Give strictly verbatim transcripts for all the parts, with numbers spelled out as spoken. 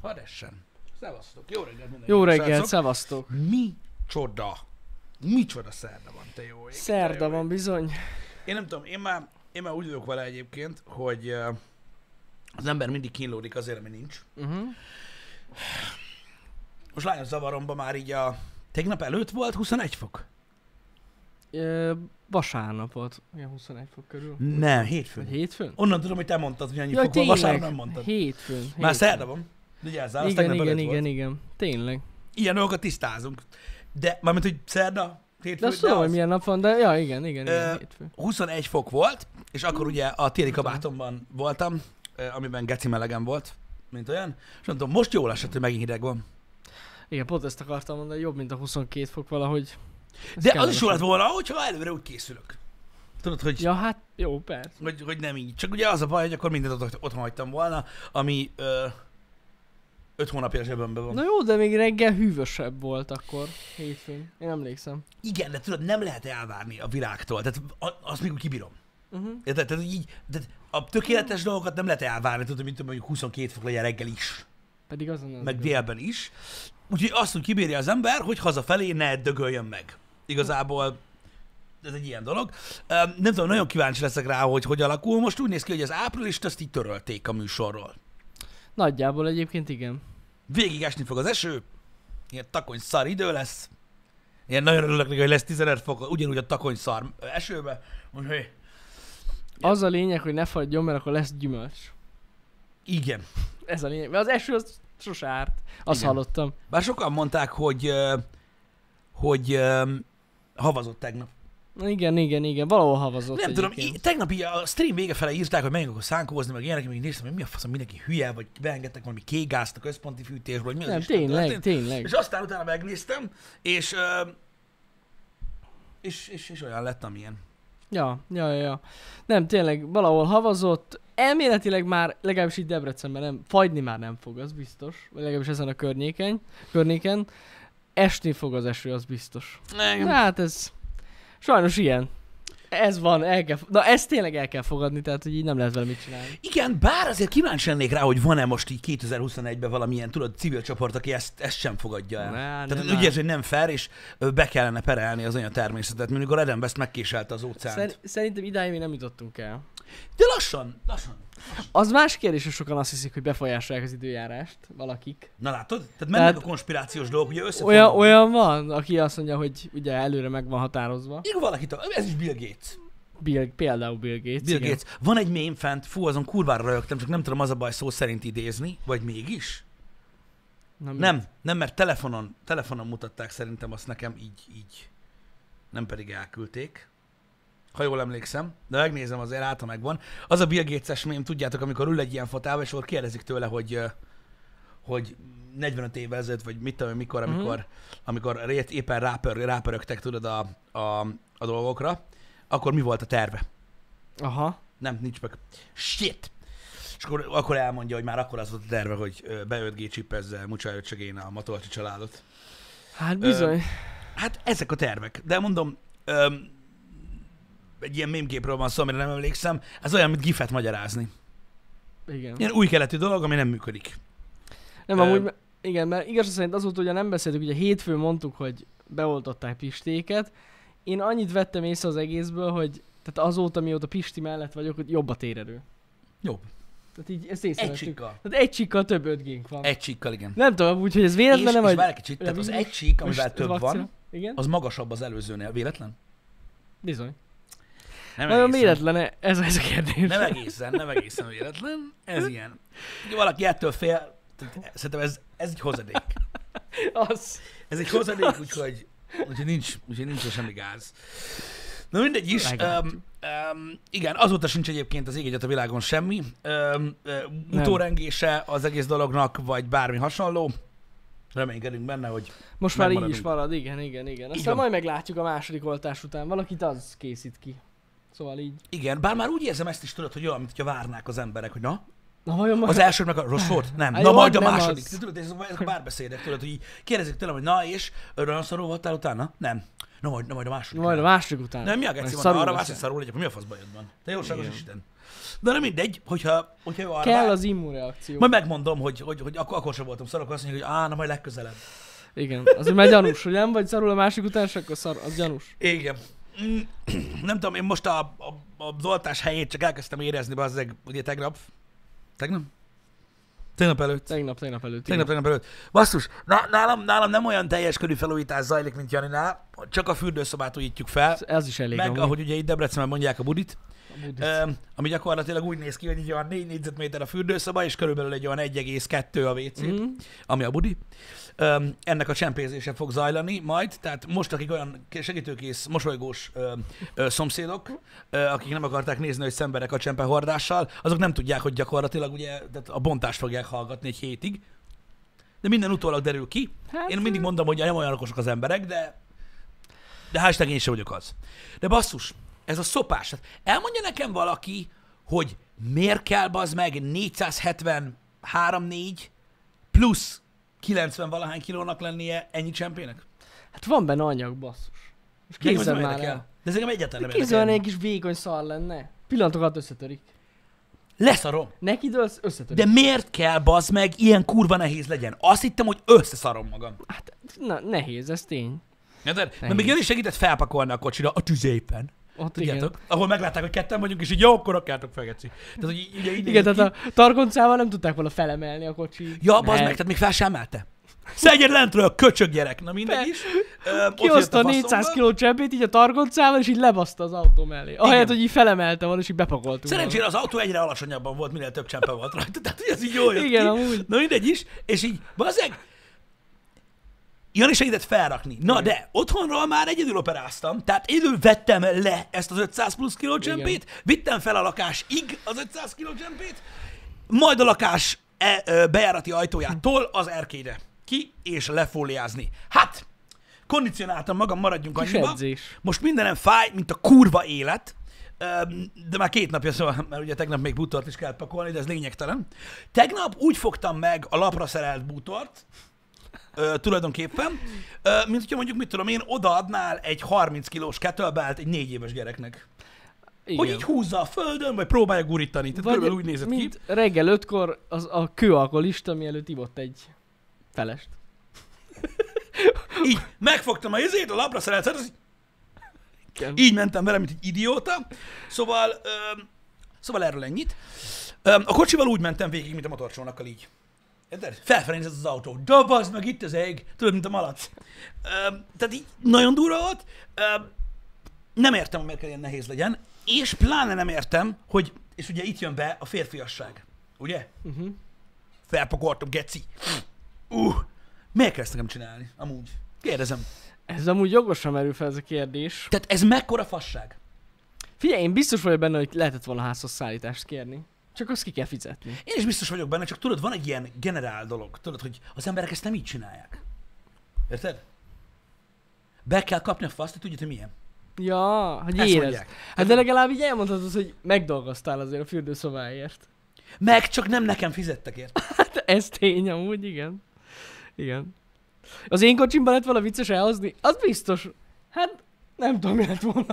Hadd essen. Szevasztok. Jó reggelt mindenkinek. Jó reggelt, szevasztok. Mi csoda. Micsoda szerda van, te jó ég. Szerda jó van ég. bizony. Én nem tudom, én már, én már úgy vagyok vele egyébként, hogy uh, az ember mindig kínlódik azért, ami nincs. Uh-huh. Most lányos zavaromban már így a... Tegnap előtt volt huszonegy fok? Ö, vasárnap volt, ilyen huszonegy fok körül. Nem, hétfőn. Vagy hétfőn? Onnan tudom, hogy te mondtad, hogy annyi Jaj, fok van, tényleg, vasárnap nem mondtad. hétfőn. Már hétfőn. szerda van. Vigyázzál, azt Igen, tegnap igen, előtt igen, volt. igen. Tényleg. Ilyen dolgokat tisztázunk. De, mármint, hogy szerda, De hétfő, azt tudom, az... hogy milyen nap van, de ja, igen, igen, igen, Ö, hétfőn. huszonegy fok volt, és akkor ugye a téli kabátomban voltam, amiben geci melegem volt, mint olyan, és nem tudom, most jól esett, hogy megint hideg van. Igen, pont ezt akartam mondani, jobb, mint a huszonkét fok valahogy. Ez De az kellemes. is jó lett volna, hogyha előre úgy készülök. Tudod, hogy, Ja, hát jó, persze. hogy, hogy nem így. Csak ugye az a baj, hogy akkor mindent ott, otthon hagytam volna, ami ö, öt hónapja a zsebemben van. Na jó, de még reggel hűvösebb volt akkor, hétfőn. Én emlékszem. Igen, de tudod, nem lehet elvárni a világtól, tehát a- azt még úgy kibírom. Uh-huh. Érted? Tehát így, de a tökéletes dolgokat nem lehet elvárni, tudod, mint mondjuk huszonkét fok legyen reggel is, Pedig azon az meg igaz. délben is. Úgyhogy azt, hogy kibírja az ember, hogy hazafelé ne dögöljön meg. Igazából ez egy ilyen dolog. Öm, Nem tudom, nagyon kíváncsi leszek rá, hogy hogy alakul. Most úgy néz ki, hogy az áprilist azt így törölték a műsorról. Nagyjából egyébként igen. Végig esni fog az eső, ilyen takony szar idő lesz. Ilyen nagyon örülök neki, hogy lesz tizenöt fok, ugyanúgy a takony szar esőbe. Úgyhogy Az a lényeg, hogy ne fagyjon, mert akkor lesz gyümölcs. igen. Ez a lényeg. Mert az eső az sose árt. Azt Igen. hallottam. Bár sokan mondták, hogy, ö, hogy ö, havazott tegnap. Na igen, igen, igen. Valahol havazott Nem tudom, egyébként. í- tegnap így a stream vége fele írták, hogy menjünk akkor szánkózni, meg ilyenek, még néztem, hogy mi a faszom, mindenki hülye, vagy beengedtek valami kégázt a központi fűtésből, hogy mi az Nem, Isten tényleg, történt. tényleg. És aztán utána megnéztem, és, ö, és, és, és olyan lett, amilyen. Ja, ja, ja, ja. Nem, tényleg, valahol havazott. Elméletileg már, legalábbis itt Debrecenben nem, fagyni már nem fog, az biztos. Vagy legalábbis ezen a környéken. környéken. Esni fog az eső, az biztos. Na, hát ez sajnos ilyen. Ez van, el kell, na ezt tényleg el kell fogadni, tehát hogy így nem lehet vele mit csinálni. Igen, bár azért kíváncsi lennék rá, hogy van-e most így kétezer-huszonegyben valamilyen, tudod, civil csoport, aki ezt, ezt sem fogadja el. Ne, Tehát nem úgy áll. érzi, hogy nem fair, és ö, be kellene perelni az olyan természetet, mint amikor Eden West megkéselte az óceánt. Szer- szerintem idáig még nem jutottunk el. De lassan, lassan. Az más kérdés, hogy sokan azt hiszik, hogy befolyásolják az időjárást, valakik. Na látod? Tehát mennek Tehát- a konspirációs dolgok, ugye összefoglalnak. Olyan, olyan van, aki azt mondja, hogy ugye előre meg van határozva. Igen, valaki, ta- ez is Bill Gates. Bill, például Bill Gates. Bill igen. Gates. Van egy mém fent, fú, azon kurvára röhögtem, csak nem tudom az a baj szó szerint idézni, vagy mégis? Na, mi? Nem, nem, mert telefonon, telefonon mutatták szerintem azt nekem így, így. Nem pedig elküldték. Ha jól emlékszem, de megnézem azért, át, ha megvan. Az a Bill Gates-es mém, tudjátok, amikor ül egy ilyen fotába, és akkor kérdezik tőle, hogy, ö, hogy negyvenöt évvel ezelőtt, vagy mit tudom, én, mikor, Mhm. amikor, amikor ré- éppen rápör, rápörögtek, tudod, a, a, a dolgokra, akkor mi volt a terve? Aha. Nem, nincs meg. Shit! És akkor, akkor elmondja, hogy már akkor az volt a terve, hogy be öt G chipezze Mucsa öcsögén a Matolcsi családot. Hát bizony. Hát ezek a tervek. De mondom, öm, egy ilyen mémképről van szó, amire nem emlékszem, ez olyan, mint gifet magyarázni. Igen. Ilyen új keletű dolog, ami nem működik. Nem, Ö, amúgy, me- igen, mert igaz szerint azóta ugye nem beszéltük, ugye hétfőn mondtuk, hogy beoltották Pistéket. Én annyit vettem észre az egészből, hogy tehát azóta, mióta Pisti mellett vagyok, hogy jobb a térerő. Jó. Tehát így ezt Egy észrevettük. csíkkal. Tehát egy csíkkal több öt G-nk van. Egy csíkkal, igen. Nem tudom, úgyhogy ez És, véletlen nem és vagy... várj egy kicsit, tehát az Revíziós- egy csík, amivel Most több vakcina. van, Igen? az magasabb az előzőnél. Véletlen? Bizony. Nem Nagyon egészen. véletlen ez, ez a kérdés. Nem egészen, nem egészen véletlen. Ez ilyen. Ugye valaki ettől fél, tehát szerintem ez, ez egy hozadék. Az. Ez egy hozadék, úgyhogy, úgyhogy, nincs, úgyhogy nincs semmi gáz. Na mindegy is. Meglátjuk. Um, um, igen, azóta sincs egyébként az ég egyet a világon semmi. Um, uh, utórengése az egész dolognak, vagy bármi hasonló. Reménykedünk benne, hogy Most már így is megmaradunk. marad, igen, igen, igen. Aztán van. majd meglátjuk a második oltás után. Valakit az készít ki. Szóval így. igen, bár már úgy érzem ezt is, tudod, hogy olyan, mintha várnák az emberek, hogy na, Na vajon ma... az első meg a rossz volt? Nem. Hát Na jó, majd a nem második. az. Te tudod, ezek a ezek a párbeszédek, tudod, hogy így kérdezik tőlem, hogy na és, olyan szarul voltál utána? Nem. Na majd, na majd a második. Majd a második után. Nem, mi a geci Majd van, arra szarul vársz, leszel. hogy szarul legyek, mi a faszba jött van? Te jóságos Igen. Isten. De nem mindegy, hogyha, hogyha jó arra Kell vár, az immunreakció. majd megmondom, hogy, hogy, hogy akkor, akkor sem voltam szarok, azt mondják, hogy á, na majd legközelebb. Igen, azért már gyanús, hogy nem vagy szarul a másik után, és akkor szar, az gyanús. Igen. Mm, nem tudom, én most a, a, az oltás helyét csak elkezdtem érezni, bazzeg, ugye tegnap. Tegnap? Tegnap előtt. Tegnap, tegnap előtt. Tegnap, tegnap előtt. Basszus, ná- nálam, nálam nem olyan teljes körű felújítás zajlik, mint Janinál, csak a fürdőszobát újítjuk fel, Ez, ez is elég. meg amúgy. ahogy ugye itt Debrecenben mondják a budit, A budit. ö, ami gyakorlatilag úgy néz ki, hogy így olyan négy négyzetméter a fürdőszoba, és körülbelül egy olyan egy egész kettő a vé cé, Mhm. ami a budi. Ö, ennek a csempézése fog zajlani majd, tehát most, akik olyan segítőkész, mosolygós ö, ö, szomszédok, ö, akik nem akarták nézni, hogy szemberek a csempehordással, azok nem tudják, hogy gyakorlatilag ugye tehát a bontást fogják hallgatni egy hétig. De minden utólag derül ki. Hát, Én mindig mondom, hogy nem olyan okosok az emberek, de de hál' Istennek én sem vagyok az. De basszus, ez a szopás. Hát elmondja nekem valaki, hogy miért kell bazd meg négyszázhetvenhárom négy plusz kilencven valahány kilónak lennie ennyi csempének? Hát van benne anyag, basszus. Most De engem ez képzeld nem már érdekel. el. De ez engem egyáltalán nem Képzeld, érdekel. egy kis vékony szar lenne. Pillanatokat összetörik. Leszarom. Neki dőlsz, összetörik. De miért kell bazd meg ilyen kurva nehéz legyen? Azt hittem, hogy összeszarom magam. Hát, na, nehéz, ez tény. Érted? Mert még jön is segített felpakolni a kocsira a tüzépen. Ott Tudjátok? igen. Ahol meglátták, hogy ketten vagyunk, és így jó, akkor rakjátok fel, geci. Tehát, hogy így, így, így Igen, néz tehát ki. a targoncával nem tudták volna felemelni a kocsi. Ja, bazd Nem. meg, tehát még fel sem emelte. Szedjél lentről, köcsög gyerek. Na mindegy Be- is. Ö, ott Kihozta jött a négyszáz faszomba. kiló csempét így a targoncával, és így lebaszta az autó mellé. Ahelyett, Igen. hogy így felemelte volna, és így bepakoltuk. Szerencsére az autó egyre alacsonyabban volt, minél több csempe volt rajta. Tehát, hogy ez így jól jött Igen, ki. amúgy. Na mindegy is. És így, bazzeg, Jani segített felrakni. Na de, otthonról már egyedül operáztam, tehát én vettem le ezt az ötszáz plusz kiló csempét, vittem fel a lakásig az ötszáz kiló csempét, majd a lakás e, ö, bejárati ajtójától az erkélyre ki és lefóliázni. Hát, kondicionáltam magam, maradjunk Kis annyiba. edzés. Most mindenem fáj, mint a kurva élet, Öm, de már két napja, szóval, mert ugye tegnap még bútort is kellett pakolni, de ez lényegtelen. Tegnap úgy fogtam meg a lapra szerelt bútort, ö, tulajdonképpen, ö, mint hogyha mondjuk, mit tudom én, odaadnál egy harminc kilós kettlebellt egy négy éves gyereknek. Igen. Hogy így húzza a földön, vagy próbálja gurítani. Tehát körülbelül úgy nézett ki. mint reggel ötkor az a kőalkoholista, mielőtt ivott egy felest. Így megfogtam a izét, a lapra szerelt, az Igen. így mentem vele, mint egy idióta. Szóval, öm, szóval erről ennyit. Öm, a kocsival úgy mentem végig, mint a motorcsónakkal így. Érted? Felfelé nézett az autó. Dobazd meg itt az ég. Tudod, mint a malac. Öm, tehát így nagyon durva volt. Öm, nem értem, hogy miért kell ilyen nehéz legyen. És pláne nem értem, hogy, és ugye itt jön be a férfiasság. Ugye? Uh-huh. Felpakoltam, geci. Uh, miért kell ezt nekem csinálni? Amúgy. Kérdezem. Ez amúgy jogosan merül fel ez a kérdés. Tehát ez mekkora fasság? Figyelj, én biztos vagyok benne, hogy lehetett volna házhoz szállítást kérni. Csak azt ki kell fizetni. Én is biztos vagyok benne, csak tudod, van egy ilyen generál dolog. Tudod, hogy az emberek ezt nem így csinálják. Érted? Be kell kapni a faszt, hogy tudja, hogy milyen. Ja, hogy Ezt érez. mondják. Hát de legalább így elmondhatod, hogy megdolgoztál azért a fürdőszobáért. Meg csak nem nekem fizettek érte. Hát ez tény amúgy, igen. Igen. Az én kocsimban lett volna vicces elhozni? Az biztos. Hát nem tudom, mi lett volna.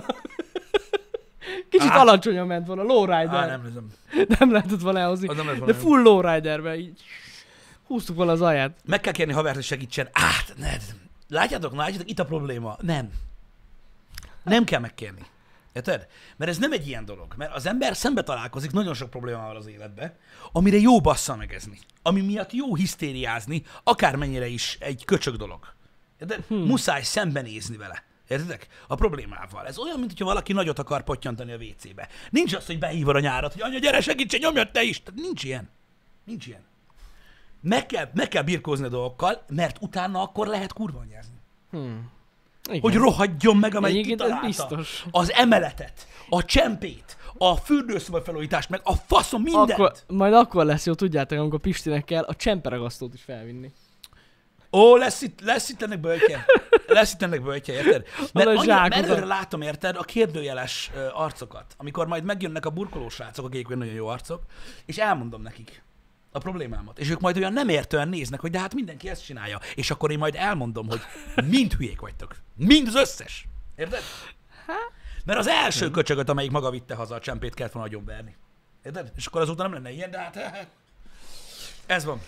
Kicsit Á. alacsonyan ment volna, lowrider. Á, nem. nem nézem. nem lehetett volna elhozni. Az nem lett volna De jó. full lowriderbe így húztuk volna az alját. Meg kell kérni havert, hogy segítsen. Át, ne. Látjátok, na, látjátok, itt a probléma. Nem. Nem kell megkérni. Érted? Mert ez nem egy ilyen dolog. Mert az ember szembe találkozik nagyon sok problémával az életbe, amire jó bassza megezni. Ami miatt jó hisztériázni, akármennyire is egy köcsög dolog. Érted? Hmm. Muszáj szembenézni vele. Értedek? A problémával. Ez olyan, mint hogyha valaki nagyot akar pottyantani a vé cébe. Nincs az, hogy behívod a nyárat, hogy anya, gyere, segíts, nyomjad te is. Tehát nincs ilyen. Nincs ilyen. Meg kell, meg kell birkózni a dolgokkal, mert utána akkor lehet kurva anyázni. Hmm. Igen. Hogy rohadjon meg, amelyik Egyébként ez kitalálta. biztos. Az emeletet, a csempét, a fürdőszoba felújítást, meg a faszom mindent. Akkor, majd akkor lesz jó, tudjátok, amikor Pistinek kell a csemperagasztót is felvinni. Ó, lesz itt, lesz itt ennek böltje. Lesz itt ennek böltje, érted? Mert a annyira zsákokat. merőre látom, érted, a kérdőjeles ö, arcokat, amikor majd megjönnek a burkolós srácok, akik olyan nagyon jó arcok, és elmondom nekik a problémámat. És ők majd olyan nem értően néznek, hogy de hát mindenki ezt csinálja. És akkor én majd elmondom, hogy mind hülyék vagytok. Mind az összes. Érted? Mert az első köcsögöt, amelyik maga vitte haza a csempét, kellett volna agyonverni. Érted? És akkor azóta nem lenne ilyen, de hát ez van.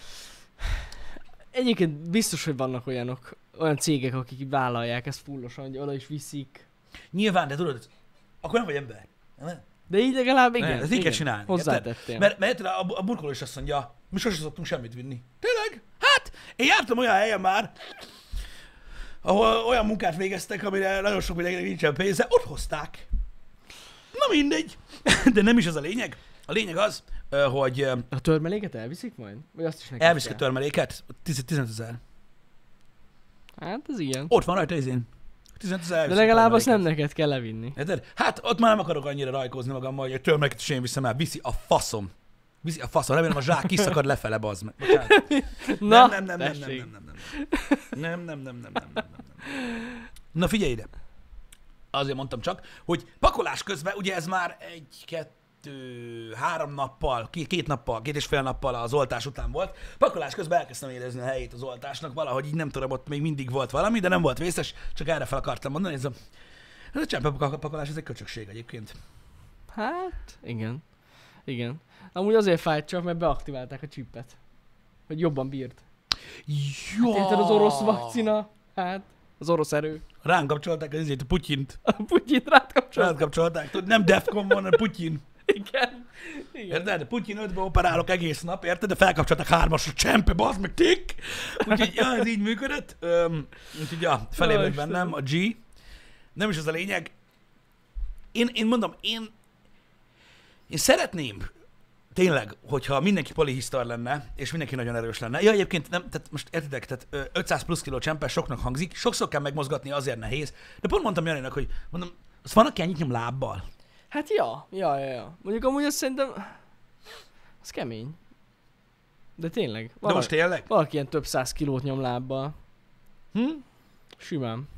Egyébként biztos, hogy vannak olyanok, olyan cégek, akik vállalják ezt fullosan, hogy oda is viszik. Nyilván, de tudod, akkor nem vagy ember. Nem? De így legalább igen. Nem, ezt így kell csinálni. Hozzátettél. Mert, mert a, a burkoló is azt mondja, mi sosem szoktunk semmit vinni. Tényleg? Hát, én jártam olyan helyen már, ahol olyan munkát végeztek, amire nagyon sok mindenkinek nincsen pénze, ott hozták. Na mindegy. De nem is az a lényeg. A lényeg az, hogy A törmeléket elviszik majd? Vagy azt is nekik elviszik a kell? törmeléket, tizenöt ezer. Hát ez igen. Ott van rajta izén. tizenöt ezer De elviszik a legalább azt nem törmeléket. neked kell levinni. Érted? Hát ott már nem akarok annyira rajkózni magammal, hogy a törmeléket is én viszem el. Viszi a faszom. Viszi a faszom. Remélem a zsák kiszakad lefele, bazd meg. Bocsánat. Na, nem, nem, nem, nem, nem, tessék. nem, nem, nem, nem, nem, nem, nem, nem, nem, nem. Na figyelj ide. Azért mondtam csak, hogy pakolás közben, ugye ez már egy, kettő, három nappal, két, két nappal, két és fél nappal az oltás után volt. Pakolás közben elkezdtem érezni a helyét az oltásnak, valahogy így nem tudom, ott még mindig volt valami, de nem volt vészes, csak erre fel akartam mondani, ez a, ez a csempepakolás, ez egy köcsökség egyébként. Hát, igen. Igen. Amúgy azért fájt csak, mert beaktiválták a csippet. Hogy jobban bírt. Jó. Hát érted az orosz vakcina? Hát, az orosz erő. Ránk kapcsolták az izét, a Putyint. A Putyint rád kapcsolat. Ránk kapcsolták, tudod, nem Defcon van, hanem Putyin. Igen. Igen. Érted? Putyin ötbe operálok egész nap, érted? De felkapcsolták hármasra, csempe, bazd meg, tik! Úgyhogy ja, ez így működött. Öm, úgyhogy ja, felébredt Ó, bennem a G. Nem is az a lényeg. Én, én mondom, én, én szeretném, tényleg, hogyha mindenki polihisztor lenne, és mindenki nagyon erős lenne. Ja, egyébként nem, tehát most értitek, tehát ö, ötszáz plusz kiló csempe soknak hangzik, sokszor kell megmozgatni, azért nehéz. De pont mondtam Janinak, hogy mondom, azt van, aki ennyit nyom lábbal. Hát ja, ja, ja, ja. Mondjuk amúgy azt szerintem, az kemény. De tényleg. De Valaki, most tényleg? valaki ilyen több száz kilót nyom lábbal. Hm? Simán.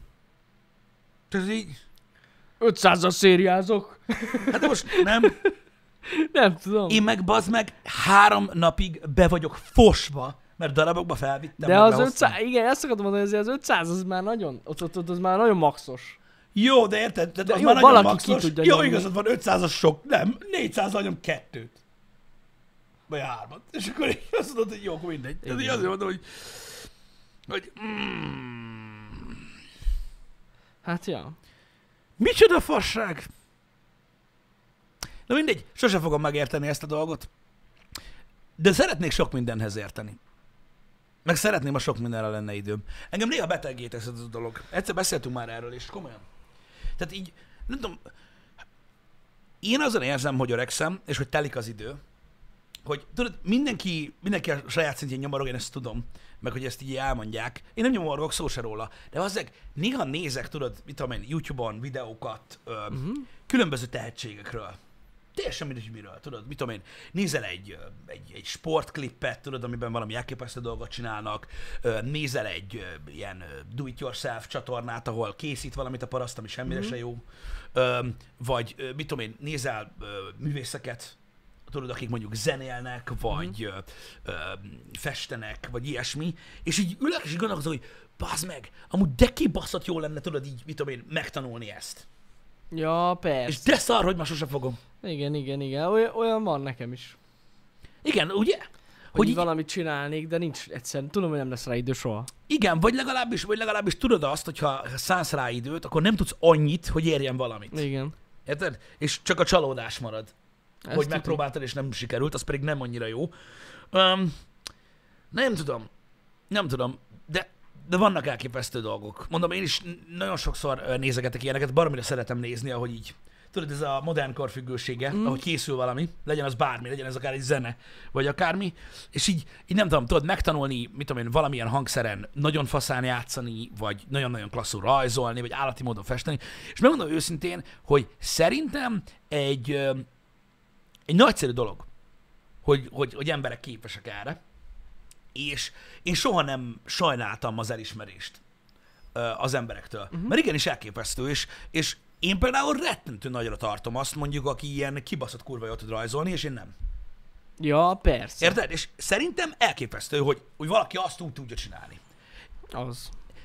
Ez így... ötszázzal szériázok. Hát de most nem. Nem tudom. Én meg bazd meg három napig be vagyok fosva, mert darabokba felvittem. De meg az behoztam. ötszáz, igen, ezt akartam mondani, hogy az ötszáz az már nagyon, ott, ott, ott az már nagyon maxos. Jó, de érted? De De az jó, már nagyon valaki maxos. ki tudja Jó, nyomni. igazad van, ötszázas sok. Nem, négyszázzal nyom kettőt. Vagy hármat. És akkor így azt mondod, hogy jó, akkor mindegy. Tehát így Igen. azért mondom, hogy... hogy mm, Hát ja. micsoda fasság! Na mindegy, sose fogom megérteni ezt a dolgot. De szeretnék sok mindenhez érteni. Meg szeretném, ha sok mindenre lenne időm. Engem néha beteggé tesz ez a dolog. Egyszer beszéltünk már erről, és komolyan. Tehát így, nem tudom, én azon érzem, hogy öregszem, és hogy telik az idő, hogy tudod, mindenki, mindenki a saját szintjén nyomorog, én ezt tudom, meg hogy ezt így elmondják. Én nem nyomorgok, szó se róla. De azért néha nézek, tudod, mit tudom én, YouTube-on videókat, ö, uh-huh. különböző tehetségekről. Teljesen mindegy, hogy miről, tudod, mit tudom én, nézel egy, ö, egy, egy sportklippet, tudod, amiben valami elképesztő dolgot csinálnak, ö, nézel egy ö, ilyen ö, do-it-yourself csatornát, ahol készít valamit a paraszt, ami semmire Mhm. se jó, ö, vagy ö, mit tudom én, nézel ö, művészeket, tudod, akik mondjuk zenélnek, vagy ö, ö, festenek, vagy ilyesmi, és így ülök, és így gondolkozom, hogy bazd meg, amúgy de kibaszott jó lenne, tudod, így, mit tudom én, megtanulni ezt. Ja, persze. És de szar, hogy már sose fogom. Igen, igen, igen. Olyan, olyan van nekem is. Igen, ugye? Hogy, Hogy így így, valamit csinálnék, de nincs egyszerűen. Tudom, hogy nem lesz rá idő soha. igen, vagy legalábbis, vagy legalábbis tudod azt, hogy ha szánsz rá időt, akkor nem tudsz annyit, hogy érjen valamit. Igen. Érted? És csak a csalódás marad. Ezt hogy tuti. megpróbáltad és nem sikerült, az pedig nem annyira jó. Um, nem tudom. Nem tudom. De, de vannak elképesztő dolgok. Mondom, én is nagyon sokszor ö, nézegetek ilyeneket, baromira szeretem nézni, ahogy így. Tudod, ez a modern kor függősége, mm. ahogy készül valami, legyen az bármi, legyen ez akár egy zene, vagy akármi, és így, így nem tudom, tudod megtanulni, mit tudom én, valamilyen hangszeren nagyon faszán játszani, vagy nagyon-nagyon klasszul rajzolni, vagy állati módon festeni, és megmondom őszintén, hogy szerintem egy, ö, egy nagyszerű dolog, hogy, hogy, hogy emberek képesek erre, és én soha nem sajnáltam az elismerést ö, az emberektől. Uh-huh. Mert igenis elképesztő, és, és én például rettentő nagyra tartom azt, mondjuk, aki ilyen kibaszott kurva jól tud rajzolni, és én nem. Ja, persze. Érted? És szerintem elképesztő, hogy, hogy valaki azt úgy tudja csinálni. Az.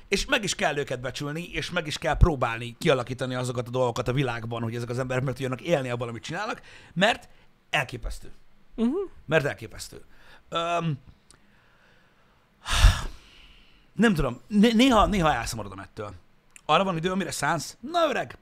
és meg is kell őket becsülni, és meg is kell próbálni kialakítani azokat a dolgokat a világban, hogy ezek az emberek meg tudjanak élni abban, amit csinálnak, mert elképesztő. Uh-huh. Mert elképesztő. Um, nem tudom, néha, néha elszomorodom ettől. Arra van idő, amire szánsz? Na öreg!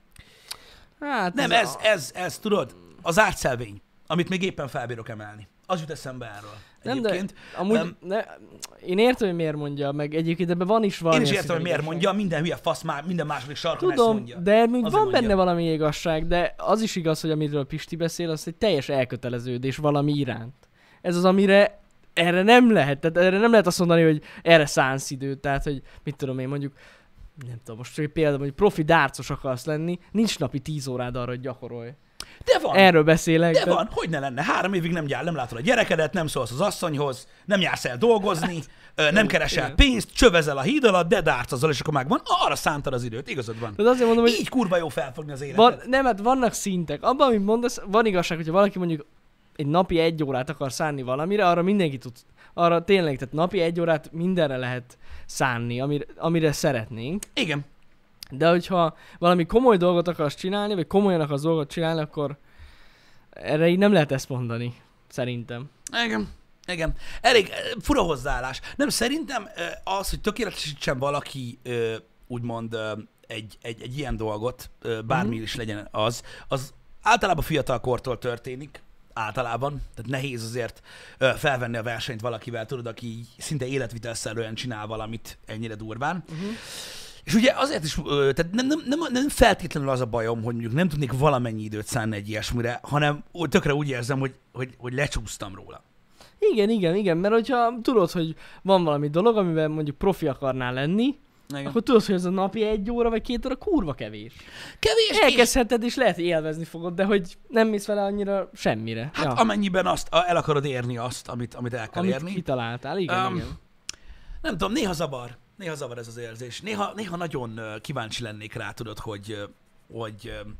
Hát Nem, ez, ez, a... ez, ez, tudod, az ártszelvény, amit még éppen felbírok emelni. Az jut eszembe erről. Nem, de Egyébként. amúgy, Um, ne, én értem, hogy miért mondja, meg egyébként ebben van is valami. Én is értem, hogy miért mondja, minden hülye fasz már, minden második sarkon Tudom, ezt mondja. de még Azért van mondja. benne valami igazság, de az is igaz, hogy amiről Pisti beszél, az egy teljes elköteleződés valami iránt. Ez az, amire erre nem lehet, tehát erre nem lehet azt mondani, hogy erre szánsz időt, tehát hogy mit tudom én mondjuk, nem tudom, most csak egy példa, hogy profi dárcos akarsz lenni, nincs napi tíz órád arra, hogy gyakorolj. De van. Erről beszélek. De van, hogy ne lenne. Három évig nem gyár, nem látod a gyerekedet, nem szólsz az asszonyhoz, nem jársz el dolgozni, hát, nem keresel igen. pénzt, csövezel a híd alatt, de dárcozzal, és akkor megvan. Arra szántad az időt, igazad van. Tehát azért mondom, hogy Így kurva jó felfogni az életet. van, nem, hát vannak szintek. Abban, amit mondasz, van igazság, hogyha valaki mondjuk egy napi egy órát akar szánni valamire, arra mindenki tud, arra tényleg, tehát napi egy órát mindenre lehet szánni, amire, amire szeretnénk. Igen. De hogyha valami komoly dolgot akarsz csinálni, vagy komolyan akarsz dolgot csinálni, akkor erre így nem lehet ezt mondani, szerintem. Igen. Igen. Elég eh, fura hozzáállás. Nem, szerintem eh, az, hogy tökéletesítsen valaki eh, úgymond eh, egy, egy, egy ilyen dolgot, eh, bármi Mhm. is legyen az, az általában fiatal kortól történik. Általában. Tehát nehéz azért ö, felvenni a versenyt valakivel, tudod, aki így szinte életvitelszerűen csinál valamit ennyire durván. Uh-huh. És ugye azért is, ö, tehát nem, nem, nem, nem feltétlenül az a bajom, hogy mondjuk nem tudnék valamennyi időt szánni egy ilyesmire, hanem ó, tökre úgy érzem, hogy, hogy, hogy lecsúsztam róla. Igen, igen, igen, mert hogyha tudod, hogy van valami dolog, amiben mondjuk profi akarnál lenni, Igen. akkor tudod, hogy ez a napi egy óra vagy két óra kurva kevés. Kevés, és Elkezdheted és lehet, hogy élvezni fogod, de hogy nem mész vele annyira semmire. hát ja. amennyiben azt, a- el akarod érni azt, amit, amit el kell Amit érni. kitaláltál, igen, Um, igen. Nem tudom, néha zavar. Néha zavar ez az érzés. Néha, néha nagyon ö, kíváncsi lennék rá, tudod, hogy, ö, hogy ö,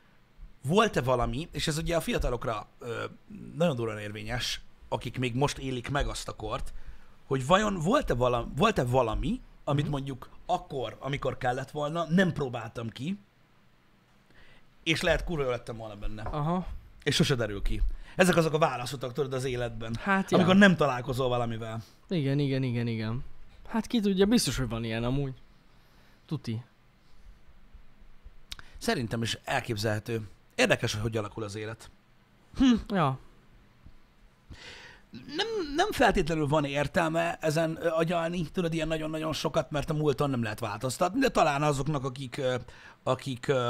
volt-e valami, és ez ugye a fiatalokra ö, nagyon durván érvényes, akik még most élik meg azt a kort, hogy vajon volt-e valami, volt-e valami amit Mhm. mondjuk akkor, amikor kellett volna, nem próbáltam ki, és lehet kurva jól lettem volna benne. Aha. És sose derül ki. Ezek azok a válaszotok, tudod, az életben. Hát ja. Amikor nem találkozol valamivel. Igen, igen, igen, igen. Hát ki tudja, biztos, hogy van ilyen amúgy. Tuti. Szerintem is elképzelhető. Érdekes, hogy hogy alakul az élet. Ja. Nem, nem feltétlenül van értelme ezen ö, agyalni, tudod, ilyen nagyon-nagyon sokat, mert a múlton nem lehet változtatni, de talán azoknak, akik, ö, akik, ö,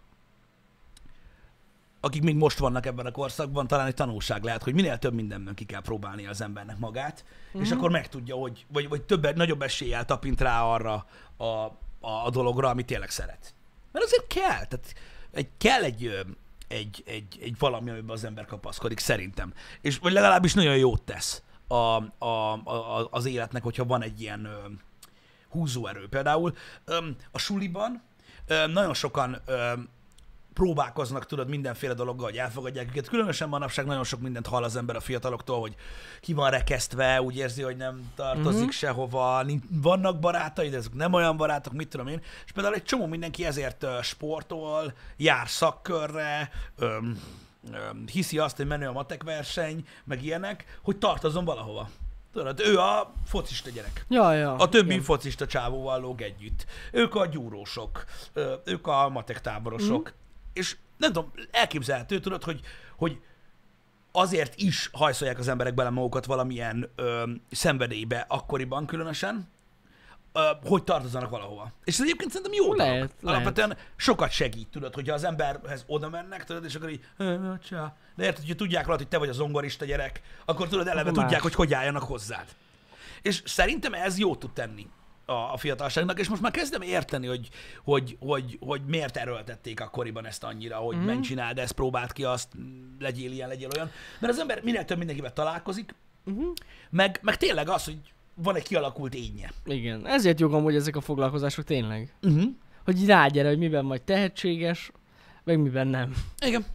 akik még most vannak ebben a korszakban, talán egy tanulság lehet, hogy minél több mindenben ki kell próbálni az embernek magát, mm-hmm. és akkor megtudja, hogy, vagy, vagy több, nagyobb eséllyel tapint rá arra a, a, a dologra, amit tényleg szeret. Mert azért kell, tehát egy, kell egy, ö, egy, egy, egy valami, amiben az ember kapaszkodik, szerintem. És vagy legalábbis nagyon jót tesz a, a, a, az életnek, hogyha van egy ilyen ö, húzóerő. Például ö, a suliban ö, nagyon sokan ö, próbálkoznak, tudod, mindenféle dologgal, hogy elfogadják őket. Különösen manapság nagyon sok mindent hall az ember a fiataloktól, hogy ki van rekesztve, úgy érzi, hogy nem tartozik Mhm. sehova, nincs, vannak barátai, de ezek nem olyan barátok, mit tudom én. És például egy csomó mindenki ezért ö, sportol, jár szakkörre, öm, öm, hiszi azt, hogy menő a matek verseny, meg ilyenek, hogy tartozom valahova. Tudod, ő a focista gyerek. Ja, ja. A többi igen. focista csávóval lóg együtt. Ők a gyúrósok, ö, ők a matek táborosok. Mm. És nem tudom, elképzelhető, tudod, hogy, hogy azért is hajszolják az emberek bele magukat valamilyen ö, szenvedélybe akkoriban különösen, ö, hogy tartozzanak valahova. És ez egyébként szerintem jó dolog. Lehet, lehet. Alapvetően sokat segít, tudod, hogyha az emberhez oda mennek, tudod, és akkor így, "Ö, csá." De érted, hogyha tudják rá, hogy te vagy a zongorista gyerek, akkor tudod, eleve Akkor tudják, más. hogy hogy álljanak hozzád. És szerintem ez jót tud tenni a, a fiatalságnak, és most már kezdem érteni, hogy, hogy, hogy, hogy miért erőltették akkoriban ezt annyira, hogy mm. menj, csináld ezt, próbáld ki azt, legyél ilyen, legyél olyan. Mert az ember minél több mindenkivel találkozik, Uh-huh. meg, meg tényleg az, hogy van egy kialakult énje. Igen. Ezért jók amúgy ezek a foglalkozások tényleg. Uh-huh. Hogy így rágyere, hogy miben vagy tehetséges, meg miben nem. Igen.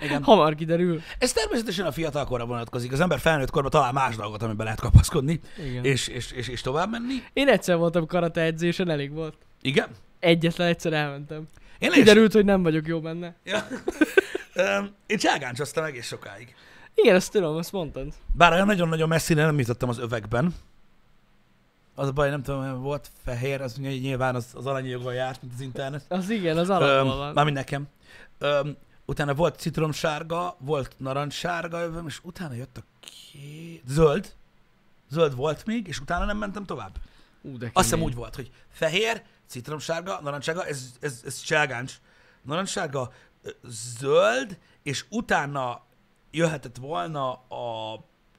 Igen. Hamar kiderül. Ez természetesen a fiatalkorra vonatkozik. Az ember felnőtt korban talál más dolgot, amiben lehet kapaszkodni, Igen. és, és, és, és tovább menni. Én egyszer voltam karate edzésen, elég volt. Igen? Egyetlen egyszer elmentem. Én is. Kiderült, hogy nem vagyok jó benne. Ja. Öm, Én cselgáncsoztam egész sokáig. Igen, ezt tudom, azt mondtad. Bár olyan nagyon-nagyon messzire nem jutottam az övekben. Az a baj, nem tudom, volt fehér, az nyilván az, az alanyi jogon járt, mint az internet. Az igen, az alapban Öm, van. Mármint nekem. Öm, utána volt citromsárga, volt narancssárga övöm, és utána jött a két... Zöld. Zöld volt még, és utána nem mentem tovább. Ú, de Azt hiszem kemény. úgy volt, hogy fehér, citromsárga, narancssárga, ez, ez, ez cselgáncs. Narancssárga, ö, zöld, és utána jöhetett volna a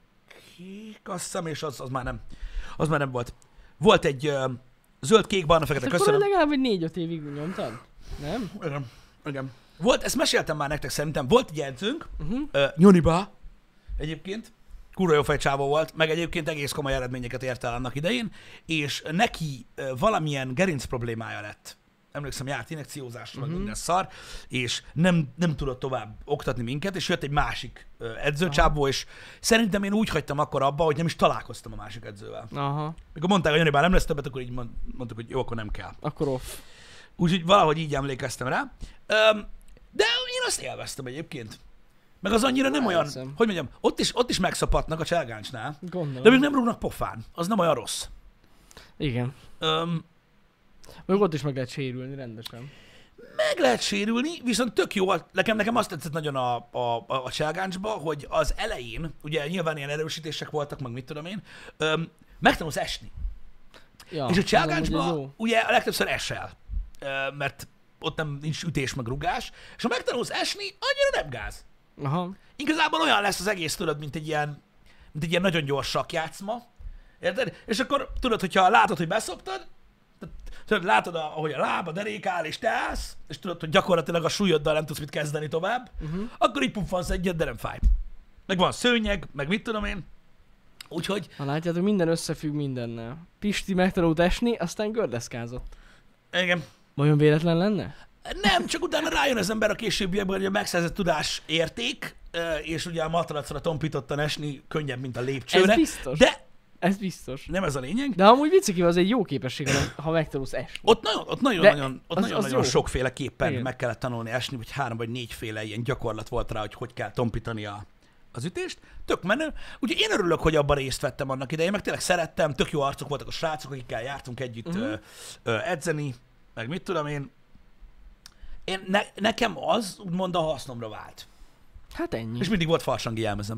kék, azt hiszem, és az, az már nem. Az már nem volt. Volt egy ö, zöld, kék, barna, fekete, Akkor köszönöm. legalább egy négy-öt évig nyomtad? Nem? Igen, igen. Volt, ezt meséltem már nektek szerintem, volt egy edzőnk, Uh-huh. uh, Nyoniba egyébként, kurva jó fejcsávó volt, meg egyébként egész komoly eredményeket ért el annak idején, és neki uh, valamilyen gerinc problémája lett. Emlékszem, járt injekciózásra, uh-huh. meg minden szar, és nem, nem tudott tovább oktatni minket, és jött egy másik uh, edzőcsábó, és szerintem én úgy hagytam akkor abba, hogy nem is találkoztam a másik edzővel. Aha, Mikor mondták, hogy Janibár nem lesz többet, akkor így mond, mondtuk, hogy jó, akkor nem kell. akkor off. Úgyhogy valahogy így emlékeztem rá. Öm, de én azt élveztem egyébként. Meg az annyira nem olyan, Elszem. hogy mondjam, ott is, ott is megszapatnak a cselgáncsnál, Gondolom. de még nem rúgnak pofán. Az nem olyan rossz. Igen. Öm, Meg ott is meg lehet sérülni rendesen. meg lehet sérülni, viszont tök jó, nekem, nekem azt tetszett nagyon a, a, a, a cselgáncsba, hogy az elején, ugye nyilván ilyen erősítések voltak, meg mit tudom én, öm, megtanulsz esni. Ja, És a ez amúgy cselgáncsban jó. ugye a legtöbbször esel, ö, mert ott nem nincs ütés, meg rugás, és ha megtanulsz esni, annyira nem gáz. Aha. Igazából olyan lesz az egész, tudod, mint egy ilyen, mint egy ilyen nagyon gyors sakjátszma. Érted? És akkor tudod, hogyha látod, hogy beszoptad, tudod, látod, ahogy a lába derék áll, és te állsz, és tudod, hogy gyakorlatilag a súlyoddal nem tudsz mit kezdeni tovább, uh-huh. akkor így puffansz egyet, de nem fáj. Meg van szőnyeg, meg mit tudom én. Úgyhogy, Ha látjátok, minden összefügg mindennel. Pisti megtanult esni, aztán gördeszkázott. igen. Vajon véletlen lenne? Nem, csak utána rájön az ember a későbbiekben, hogy a megszerzett tudás érték, ö, és ugye a matracra tompítottan esni könnyebb, mint a lépcsőre. Ez biztos. De Ez biztos. nem ez a lényeg. De amúgy vicci az egy jó képesség, ha- ha megtanulsz esni. Ott nagyon, ott nagyon, De nagyon, ott az- nagyon, az nagyon jó. sokféleképpen Igen. meg kellett tanulni esni, vagy három vagy négyféle ilyen gyakorlat volt rá, hogy hogy kell tompítani a, az ütést. Tök menő. Úgyhogy én örülök, hogy abban részt vettem annak idején, meg tényleg szerettem, tök jó arcok voltak a srácok, akikkel jártunk együtt Mhm. uh-huh. ö, ö, edzeni, meg mit tudom én. én ne, nekem az úgymond a hasznomra vált. Hát ennyi. És mindig volt farsangi jelmezem.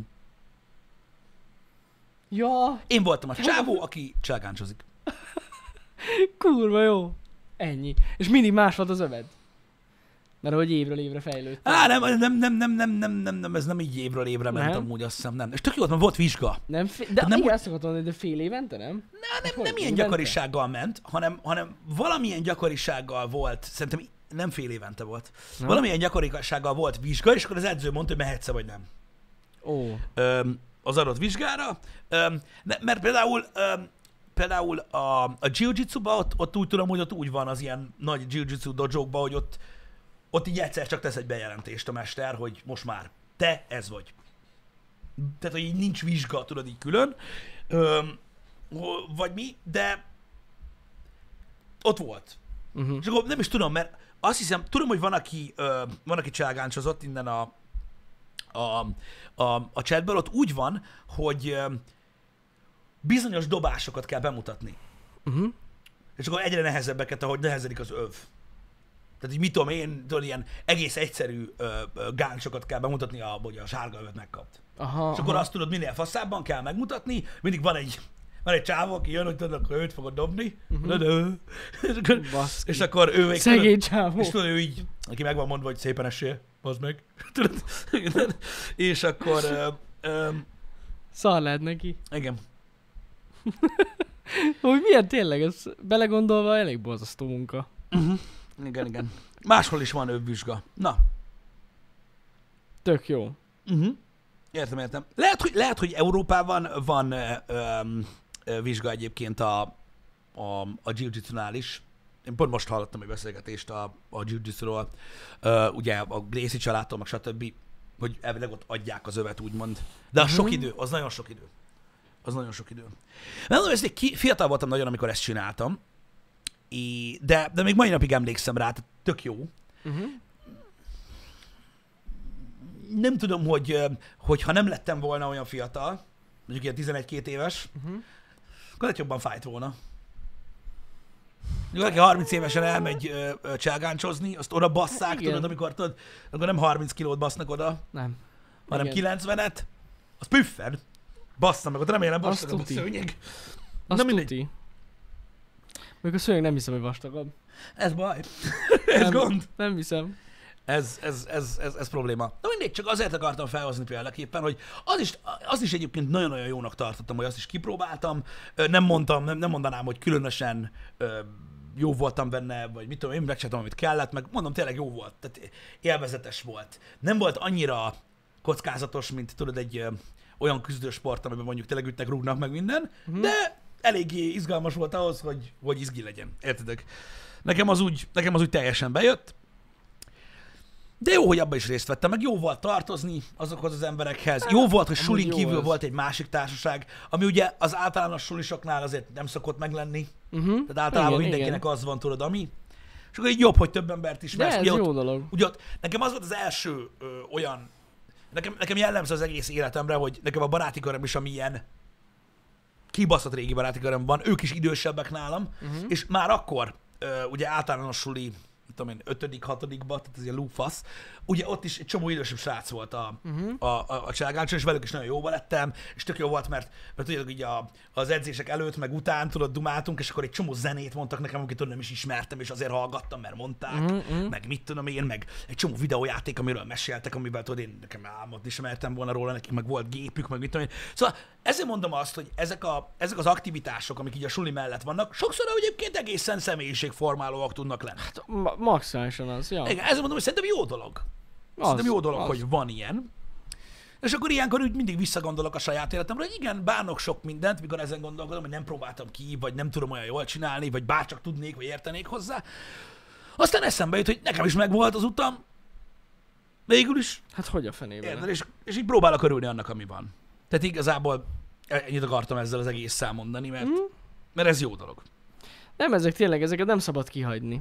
Ja, Én voltam a csávó, aki cselgáncsozik. kurva jó. Ennyi. És mindig más volt az öved. Mert hogy évről évre fejlődtem. Á, nem, nem, nem, nem, nem, nem, nem, nem, ez nem így évről évre ment Nem? amúgy, azt hiszem, nem. És tök jó volt, mert volt vizsga. Nem fé- de nem nem úgy- igen, azt akartam mondani, de fél évente, nem? Na, nem, Hogy? nem ilyen Évente? gyakorisággal ment, hanem, hanem valamilyen gyakorisággal volt, szerintem nem fél évente volt. Na. Valamilyen gyakorisággal volt vizsga, és akkor az edző mondta, hogy mehetsz vagy nem. Ó. Öm, az adott vizsgára. Öm, ne, mert például, öm, például a, a jiu-jitsuba ott, ott úgy tudom, hogy ott úgy van az ilyen nagy jiu-jitsu dojókban, hogy ott, ott így egyszer csak tesz egy bejelentést a mester, hogy most már te ez vagy. Tehát, hogy így nincs vizsga, tudod, így külön, öm, vagy mi, de ott volt. Uh-huh. És akkor nem is tudom, mert azt hiszem, tudom, hogy van, aki, ö, van, aki cselgáncsozott innen a, a, a, a chatből, ott úgy van, hogy ö, bizonyos dobásokat kell bemutatni. Uh-huh. És akkor egyre nehezebbeket, ahogy nehezedik az öv. Tehát így mit tudom én, tudod, ilyen egész egyszerű ö, ö, gáncsokat kell bemutatni, a, hogy a sárga övet megkapt. Aha, És akkor aha. azt tudod, minél faszábban kell megmutatni, mindig van egy, van egy csávó, aki jön, hogy tudod, akkor őt fogod dobni, Mhm. uh-huh. és, akkor, Baszki. és akkor ő még Szegény tudod, csávó. és tudod, ő így, aki meg van mondva, hogy szépen esél, bazd meg. Tudod? És akkor, ö, ö, Szar lehet neki. igen. Hogy milyen tényleg, ez belegondolva elég borzasztó munka. Uh-huh. Igen, igen. Máshol is van övvizsga. Na. Tök jó. Uh-huh. Értem, értem. Lehet, hogy, lehet, hogy Európában van ö, ö, ö, vizsga egyébként a, a, a jiu-jitsu-nál is. Én pont most hallottam egy beszélgetést a, a jiu-jitsu-ról, ö, ugye a Gracie családtól, meg stb. hogy elvileg ott adják az övet, úgymond. De az Mhm. sok idő, az nagyon sok idő. Az nagyon sok idő. Nem tudom, ezt ki, fiatal voltam nagyon, amikor ezt csináltam, é, de, de még mai napig emlékszem rá, tehát tök jó. Uh-huh. Nem tudom, hogy, ö, hogy ha nem lettem volna olyan fiatal, mondjuk ilyen tizenegy-két éves, Uh-huh. akkor lehet jobban fájt volna. Valaki harminc évesen elmegy ö, ö, cselgáncsozni, azt oda basszák, Igen. tudod, amikor tudod, akkor nem harminc kilót basznak oda, Nem. hanem Igen. kilencvenet, az püffed. Bassza meg, ott remélem Azt vastagabb a tuti. szőnyeg. Azt mindegy. tuti. Mondjuk a szőnyeg nem hiszem, hogy vastagabb. Ez baj. Ez Nem. gond. Nem hiszem. Ez, ez, ez, ez, ez probléma. Na mindegy, csak azért akartam felhozni példaképpen, hogy az is, az is egyébként nagyon-nagyon jónak tartottam, hogy azt is kipróbáltam. Ö, Nem mondtam, nem, nem mondanám, hogy különösen ö, jó voltam benne, vagy mit tudom, én megcsináltam, amit kellett, meg mondom, tényleg jó volt, tehát élvezetes volt. Nem volt annyira kockázatos, mint tudod, egy ö, olyan küzdősport, amiben mondjuk tényleg ütnek, rúgnak meg minden, Mhm. de eléggé izgalmas volt ahhoz, hogy, hogy izgi legyen. Értedek? Nekem az úgy, nekem az úgy teljesen bejött. De jó, hogy abban is részt vettem, meg jó volt tartozni azokhoz az emberekhez. Jó volt, hogy amúgy sulin jó kívül ez. volt egy másik társaság, ami ugye az általános sulisoknál azért nem szokott meglenni. Uh-huh. Tehát általában igen, mindenkinek igen. az van, tudod, ami. És akkor így jobb, hogy több embert De ismersz. ez Ugye ott, jó dolog. ugye ott, nekem az volt az első ö, olyan, nekem, nekem jellemző az egész életemre, hogy nekem a baráti köröm is, ami ilyen kibaszott régi baráti köröm van, ők is idősebbek nálam, Uh-huh. és már akkor, ö, ugye általános suli, mit tudom én, ötödik, hatodikba, tehát ez ilyen lúfasz, ugye ott is egy csomó idősebb srác volt a, Uh-huh. a, a, a cselgáncson, és velük is nagyon jóba lettem, és tök jó volt, mert, mert tudjátok, így a, az edzések előtt, meg után, tudod, dumáltunk, és akkor egy csomó zenét mondtak nekem, amiket tudod, nem is ismertem, és azért hallgattam, mert mondták, Uh-huh, uh-huh. meg mit tudom én, meg egy csomó videójáték, amiről meséltek, amivel tudod, én nekem álmodni sem mertem volna róla, nekik meg volt gépük, meg mit tudom én. Szóval ezért mondom azt, hogy ezek, a, ezek az aktivitások, amik így a suli mellett vannak, sokszor egyébként egészen személyiségformálóak tudnak lenni. Ma- maximálisan az, ja. Igen, ezért mondom, hogy szerintem jó dolog. Az, Szerintem jó dolog, az. hogy van ilyen. És akkor ilyenkor úgy mindig visszagondolok a saját életemre, hogy igen, bánok sok mindent, mikor ezen gondolkodom, hogy nem próbáltam ki, vagy nem tudom olyan jól csinálni, vagy bárcsak tudnék, vagy értenék hozzá. Aztán eszembe jut, hogy nekem is megvolt az utam, végül is, Hát hogy a fenében? érted, és, és így próbálok örülni annak, ami van. Tehát igazából ennyit akartam ezzel az egésszel mondani, mert, Mhm. mert ez jó dolog. Nem, ezek tényleg, ezeket nem szabad kihagyni.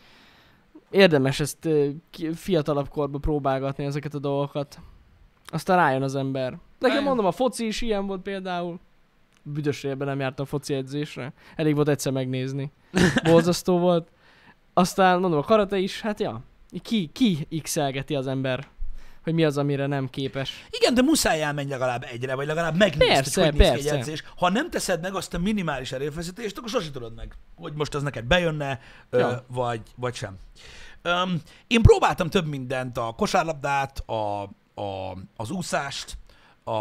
Érdemes ezt ö, ki- fiatalabb korba próbálgatni ezeket a dolgokat. Aztán rájön az ember. Nekem Rájön. mondom, a foci is ilyen volt például. Büdös évben nem jártam foci edzésre. Elég volt egyszer megnézni. Borzasztó volt. Aztán mondom, a karate is, hát ja. Ki, ki x-elgeti az ember, hogy mi az, amire nem képes. Igen, de muszáj elmenni legalább egyre, vagy legalább megnézni, Persze, hogy hogy néz ki egy persze. edzés. Ha nem teszed meg azt a minimális erőfeszítést, akkor sosem tudod meg, hogy most az neked bejönne, ja. ö, Ja. vagy, vagy sem. Öm, én próbáltam több mindent, a kosárlabdát, a, a, az úszást, a,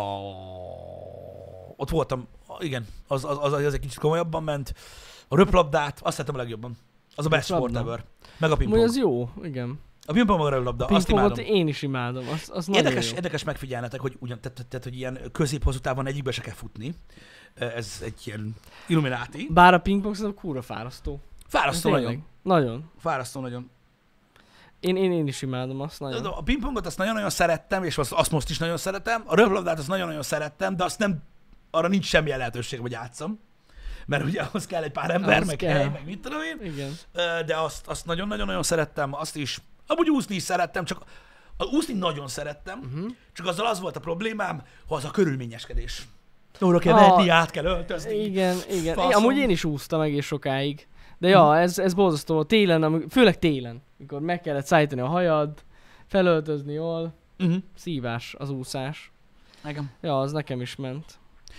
ott voltam, igen, az, az, az, az egy kicsit komolyabban ment, a röplabdát, azt szeretem a legjobban. Az a best sport Röplabda. ever. Meg a Amúgy pingpong. az jó, igen. A pingpong meg a röplabda, azt Pingpongot imádom. én is imádom, az, az nagyon Érdekes, jó. érdekes megfigyelnetek, hogy ugyan, tehát, tehát, hogy ilyen közép-hosszú távon egyikbe se kell futni. Ez egy ilyen illumináti. Bár a pingpong szerintem kúra fárasztó. Fárasztó Tényleg. nagyon. Nagyon. Fárasztó nagyon. Én, én, én is imádom azt nagyon. A pingpongot azt nagyon-nagyon szerettem, és azt, azt most is nagyon szeretem. A röplabdát azt nagyon-nagyon szerettem, de azt nem, arra nincs semmilyen lehetőség, hogy játszom. Mert ugye ahhoz kell egy pár ember, Ahhoz meg kell. hely, meg mit tudom én. Igen. Ö, De azt, azt nagyon-nagyon-nagyon szerettem, azt is. Amúgy úszni is szerettem, csak a úszni nagyon szerettem, Uh-huh. csak azzal az volt a problémám, hogy az a körülményeskedés. Óra kell Ah, menni, át kell öltözni. Igen, igen. Faszom. Én, amúgy én is úsztam egész sokáig. De ja, ez, ez borzasztó volt. Télen, amik- főleg télen, mikor meg kellett szállítani a hajad, felöltözni jól. Uh-huh. Szívás az úszás. Nekem. Ja, az nekem is ment.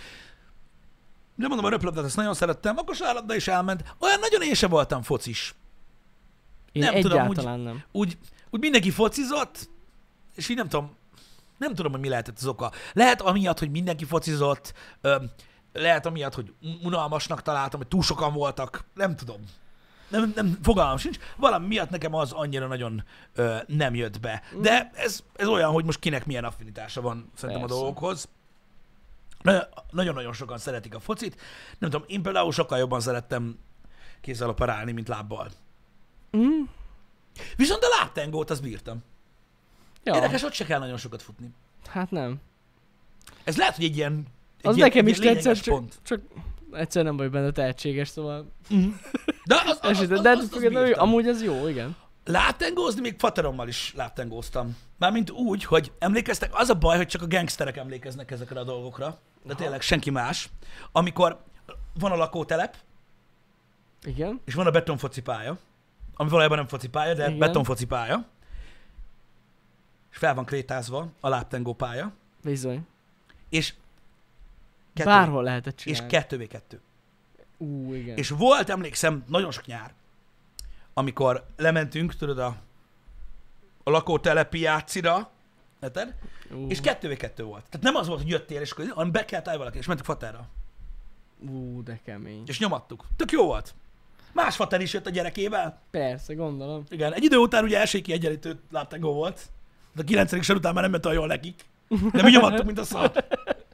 De mondom, a röplabdát azt nagyon szerettem, a kosárlabda is elment. Olyan nagyon én sem voltam focis. Én Nem tudom, egyáltalán nem. Úgy, úgy mindenki focizott, és így nem tudom, nem tudom, hogy mi lehetett az oka. Lehet amiatt, hogy mindenki focizott, ö, lehet amiatt, hogy unalmasnak találtam, hogy túl sokan voltak, nem tudom. Nem, nem, fogalmam sincs. Valami miatt nekem az annyira nagyon ö, nem jött be. De ez, ez olyan, hogy most kinek milyen affinitása van szerintem Persze. a dolgokhoz. Na- Nagyon-nagyon sokan szeretik a focit. Nem tudom, én például sokkal jobban szerettem kézzel operálni, mint lábbal. Mm. Viszont a lábtengót azt bírtam. Ja, Érdekes, ott se kell nagyon sokat futni. hát nem. Ez lehet, hogy egy ilyen egy Az ilyen, nekem egy is ilyen tetszett, lényeges csak, pont. csak egyszer nem vagy benne tehetséges, szóval... De az, az, az, az, De az, hát az, az függetlenül, bírtam. amúgy ez jó, igen. Láptengózni még faterommal is láptengóztam. Mármint úgy, hogy emlékeztek, az a baj, hogy csak a gangsterek emlékeznek ezekre a dolgokra, de tényleg senki más. Amikor van a lakótelep, Igen. és van a betonfocipálya, ami valójában nem focipálya, de Igen. betonfocipálya, és fel van krétázva a láptengó pálya, Bizony. és kettő, Bárhol lehetett és csinálni. kettő vé kettő. Ú, igen. És volt, emlékszem, nagyon sok nyár, amikor lementünk, tudod, a, a lakótelepi játszira, érted? Ú, És kettő vé kettő volt. Tehát nem az volt, hogy jöttél, és akkor, hanem be kellett állj valaki, és mentünk faterra. ú, de kemény. És nyomattuk. Tök jó volt. Más fater is jött a gyerekével. Persze, gondolom. Igen, egy idő után ugye esélykiegyenlítő láptengó volt. De a kilencedik sor után már nem ment olyan jól nekik. De mi nyomattuk, mint a szar.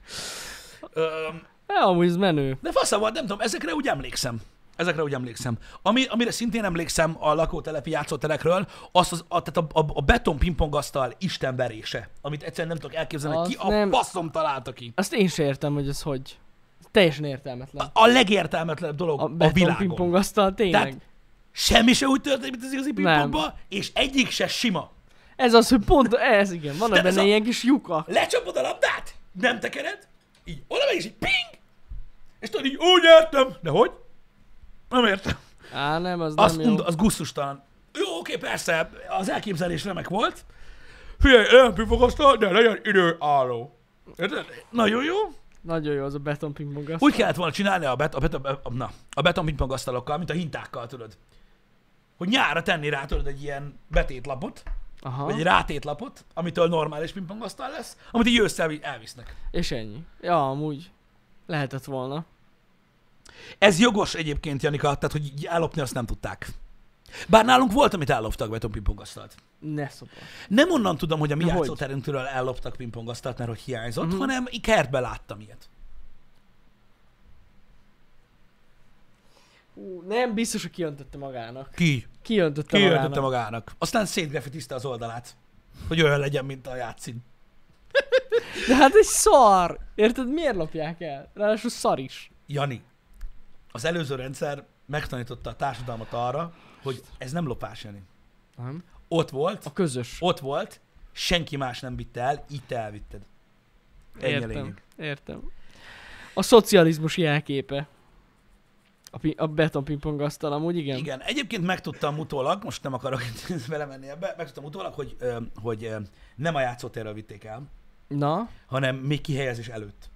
Öm, Ja, amúgy ez menő. De fasza volt, nem tudom, ezekre úgy emlékszem. Ezekre úgy emlékszem. Ami, amire szintén emlékszem a lakótelepi játszóterekről, az, az a, tehát a, a, a beton pingpongasztal istenverése, amit egyszerűen nem tudok elképzelni, hogy ki Az a nem- faszom találta ki. Azt én sem értem, hogy ez hogy. Teljesen értelmetlen. A legértelmetlenebb dolog A a, a beton világon. pingpongasztal tényleg. Tehát semmi se úgy történik, mint az igazi pingpongban, és egyik se sima. Ez az, hogy pont ez, igen. Vannak De ez benne a- ilyen kis lyukak. Lecsapod a labdát, nem tekered, így oda megy, és így ping, és tudod így, úgy értem, de hogy? Nem értem. Á, nem, az Az, nem jó. und, az gusztustalan. Jó, oké, persze, az elképzelés remek volt. Figyelj, legyen pingpongasztal, de legyen időálló. Érted? Nagyon jó. Nagyon jó az a beton pingpongasztal. Úgy kellett volna csinálni a, bet, a, bet, a, a, na, a beton pingpongasztalokkal, mint a hintákkal, tudod. Hogy nyárra tenni rá, tudod, egy ilyen betétlapot, Aha. vagy egy rátétlapot, amitől normális pingpongasztal lesz, amit így ősszel így elvisznek. És ennyi. Ja, amúgy. Lehetett volna. Ez jogos egyébként, Janika, tehát hogy így ellopni azt nem tudták. Bár nálunk volt, amit elloptak beton pingpongasztalt. Ne szopor. Nem onnan tudom, hogy a mi Na, hogy? játszóterünkről elloptak pingpongasztalt, mert hogy hiányzott, Mhm. hanem i kertbe láttam ilyet. Hú, nem biztos, hogy kiöntötte magának. Ki? Kiöntötte Ki magának. öntötte magának. Aztán szétgrafitiszte az oldalát, hogy olyan legyen, mint a játszín. De hát egy szar! Érted, miért lopják el? Ráadásul szar is. Jani, az előző rendszer megtanította a társadalmat arra, hogy ez nem lopás, Jani. Nem? Ott volt, A közös. ott volt, senki más nem vitte el, így te elvitted. Ennyi a Értem, lényeg. értem. A szocializmus jelképe. A, pi- a beton pingpongasztal amúgy igen. Igen, egyébként megtudtam utólag, most nem akarok belemenni ebbe, megtudtam utólag, hogy, ö, hogy ö, nem a játszótérről vitték el, Na? hanem még kihelyezés előtt.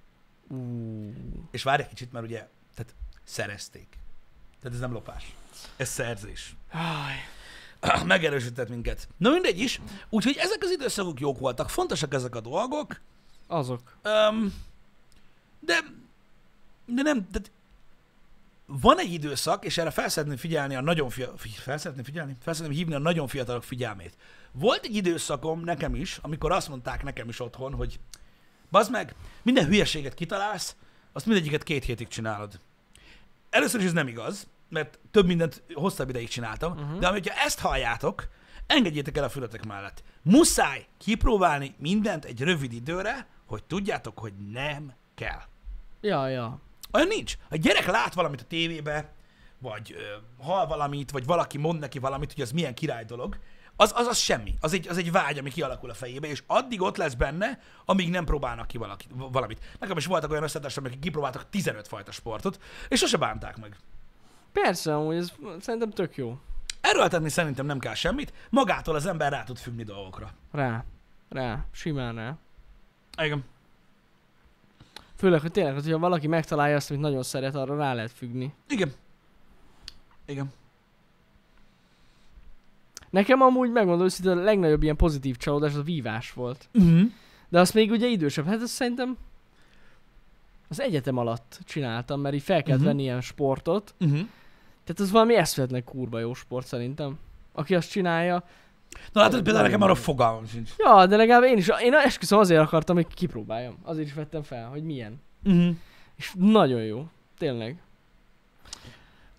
Ú, És várj egy kicsit, mert ugye, tehát szerezték. Tehát ez nem lopás. Ez szerzés. Aj. Megerősített minket. Na mindegy is. Úgyhogy ezek az időszakok jók voltak. Fontosak ezek a dolgok. Azok. Um, de, de nem, de van egy időszak, és erre fel szeretném figyelni a nagyon fiatal, fel szeretném figyelni? Fel szeretném hívni a nagyon fiatalok figyelmét. Volt egy időszakom nekem is, amikor azt mondták nekem is otthon, hogy bazd meg, minden hülyeséget kitalálsz, azt mindegyiket két hétig csinálod. Először is ez nem igaz, mert több mindent hosszabb ideig csináltam, uh-huh. de amikor ezt halljátok, engedjétek el a fületek mellett. Muszáj kipróbálni mindent egy rövid időre, hogy tudjátok, hogy nem kell. Ja, ja. Olyan nincs. A gyerek lát valamit a tévébe, vagy ö, hall valamit, vagy valaki mond neki valamit, hogy az milyen király dolog, az, az, az semmi. Az egy, az egy vágy, ami kialakul a fejébe, és addig ott lesz benne, amíg nem próbálnak ki valaki, valamit. Nekem is voltak olyan összetársak, akik kipróbáltak tizenöt fajta sportot, és sose bánták meg. Persze, amúgy ez szerintem tök jó. Erőltetni szerintem nem kell semmit, magától az ember rá tud függni dolgokra. Rá. Rá. Simán rá. Igen. Főleg, hogy tényleg, hogyha valaki megtalálja azt, amit nagyon szeret, arra rá lehet függni. Igen. Igen. Nekem amúgy megmondom őszintén, a legnagyobb ilyen pozitív csalódás az a vívás volt. Uh-huh. De azt még ugye idősebb. Hát azt szerintem az egyetem alatt csináltam, mert így fel kellett Mhm. venni ilyen sportot. Uh-huh. Tehát az valami eszméletlen kurva jó sport szerintem. Aki azt csinálja. Na látod, például nekem arra fogalmam sincs. Ja, de legalább én is, én esküszöm azért akartam, hogy kipróbáljam. Azért is vettem fel, hogy milyen. Uh-huh. És nagyon jó. Tényleg.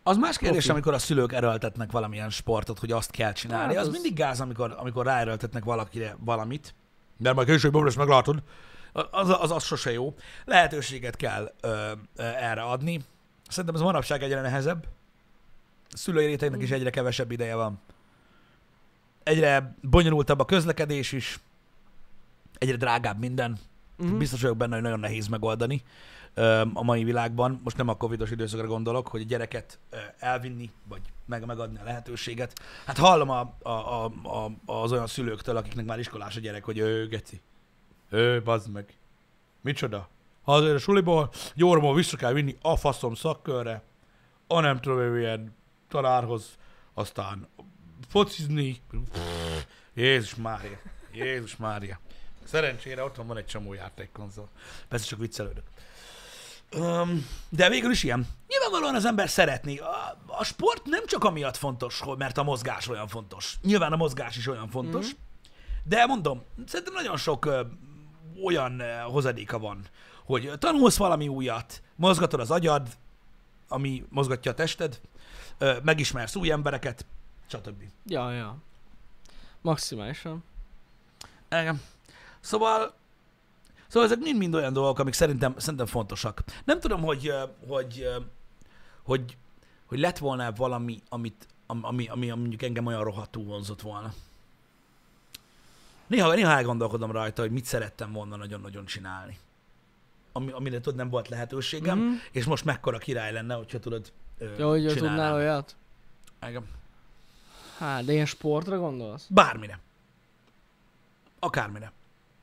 Az más kérdés, Profi. amikor a szülők erőltetnek valamilyen sportot, hogy azt kell csinálni. Hát az, az- mindig gáz, amikor, amikor ráerőltetnek valakire valamit, mert majd később most meglátod. Az, az, az sose jó. Lehetőséget kell ö, ö, erre adni. Szerintem ez manapság egyre nehezebb. A szülői rétegnek is egyre kevesebb ideje van. Egyre bonyolultabb a közlekedés is. Egyre drágább minden. Mhm. Biztos vagyok benne, hogy nagyon nehéz megoldani ö, a mai világban. Most nem a covidos időszakra gondolok, hogy a gyereket ö, elvinni, vagy meg megadni a lehetőséget. Hát hallom a, a, a, a, az olyan szülőktől, akiknek már iskolás a gyerek, hogy ő, geci, ő, bazd meg. Micsoda? Ha azért a suliból egy óramól vissza kell vinni a faszom szakkörre, a nem tudom, ő ilyen tanárhoz, aztán focizni. Jézus Mária. Jézus Mária. Szerencsére otthon van egy csomó játékkonzol. Persze csak viccelődök. Um, de végül is ilyen. Nyilvánvalóan az ember szeretni. A, a sport nem csak amiatt fontos, hogy mert a mozgás olyan fontos. Nyilván a mozgás is olyan fontos. Mm. De mondom, szerintem nagyon sok ö, olyan ö, hozadéka van, hogy tanulsz valami újat, mozgatod az agyad, ami mozgatja a tested, ö, megismersz új embereket, stb. Ja, ja. Maximálisan. Igen. Szóval, szóval ezek mind-mind olyan dolgok, amik szerintem, szerintem fontosak. Nem tudom, hogy, ö, hogy, ö, hogy, hogy lett volna valami, amit, ami, ami, ami mondjuk engem olyan rohadtul vonzott volna. Néha, néha elgondolkodom rajta, hogy mit szerettem volna nagyon-nagyon csinálni. Ami, amire tudod, nem volt lehetőségem, Mhm. és most mekkora király lenne, hogyha tudod, ö, Ja, hogy csinálnám. tudnál olyat? Igen. Hát, de ilyen sportra gondolsz? Bármire. Akármire.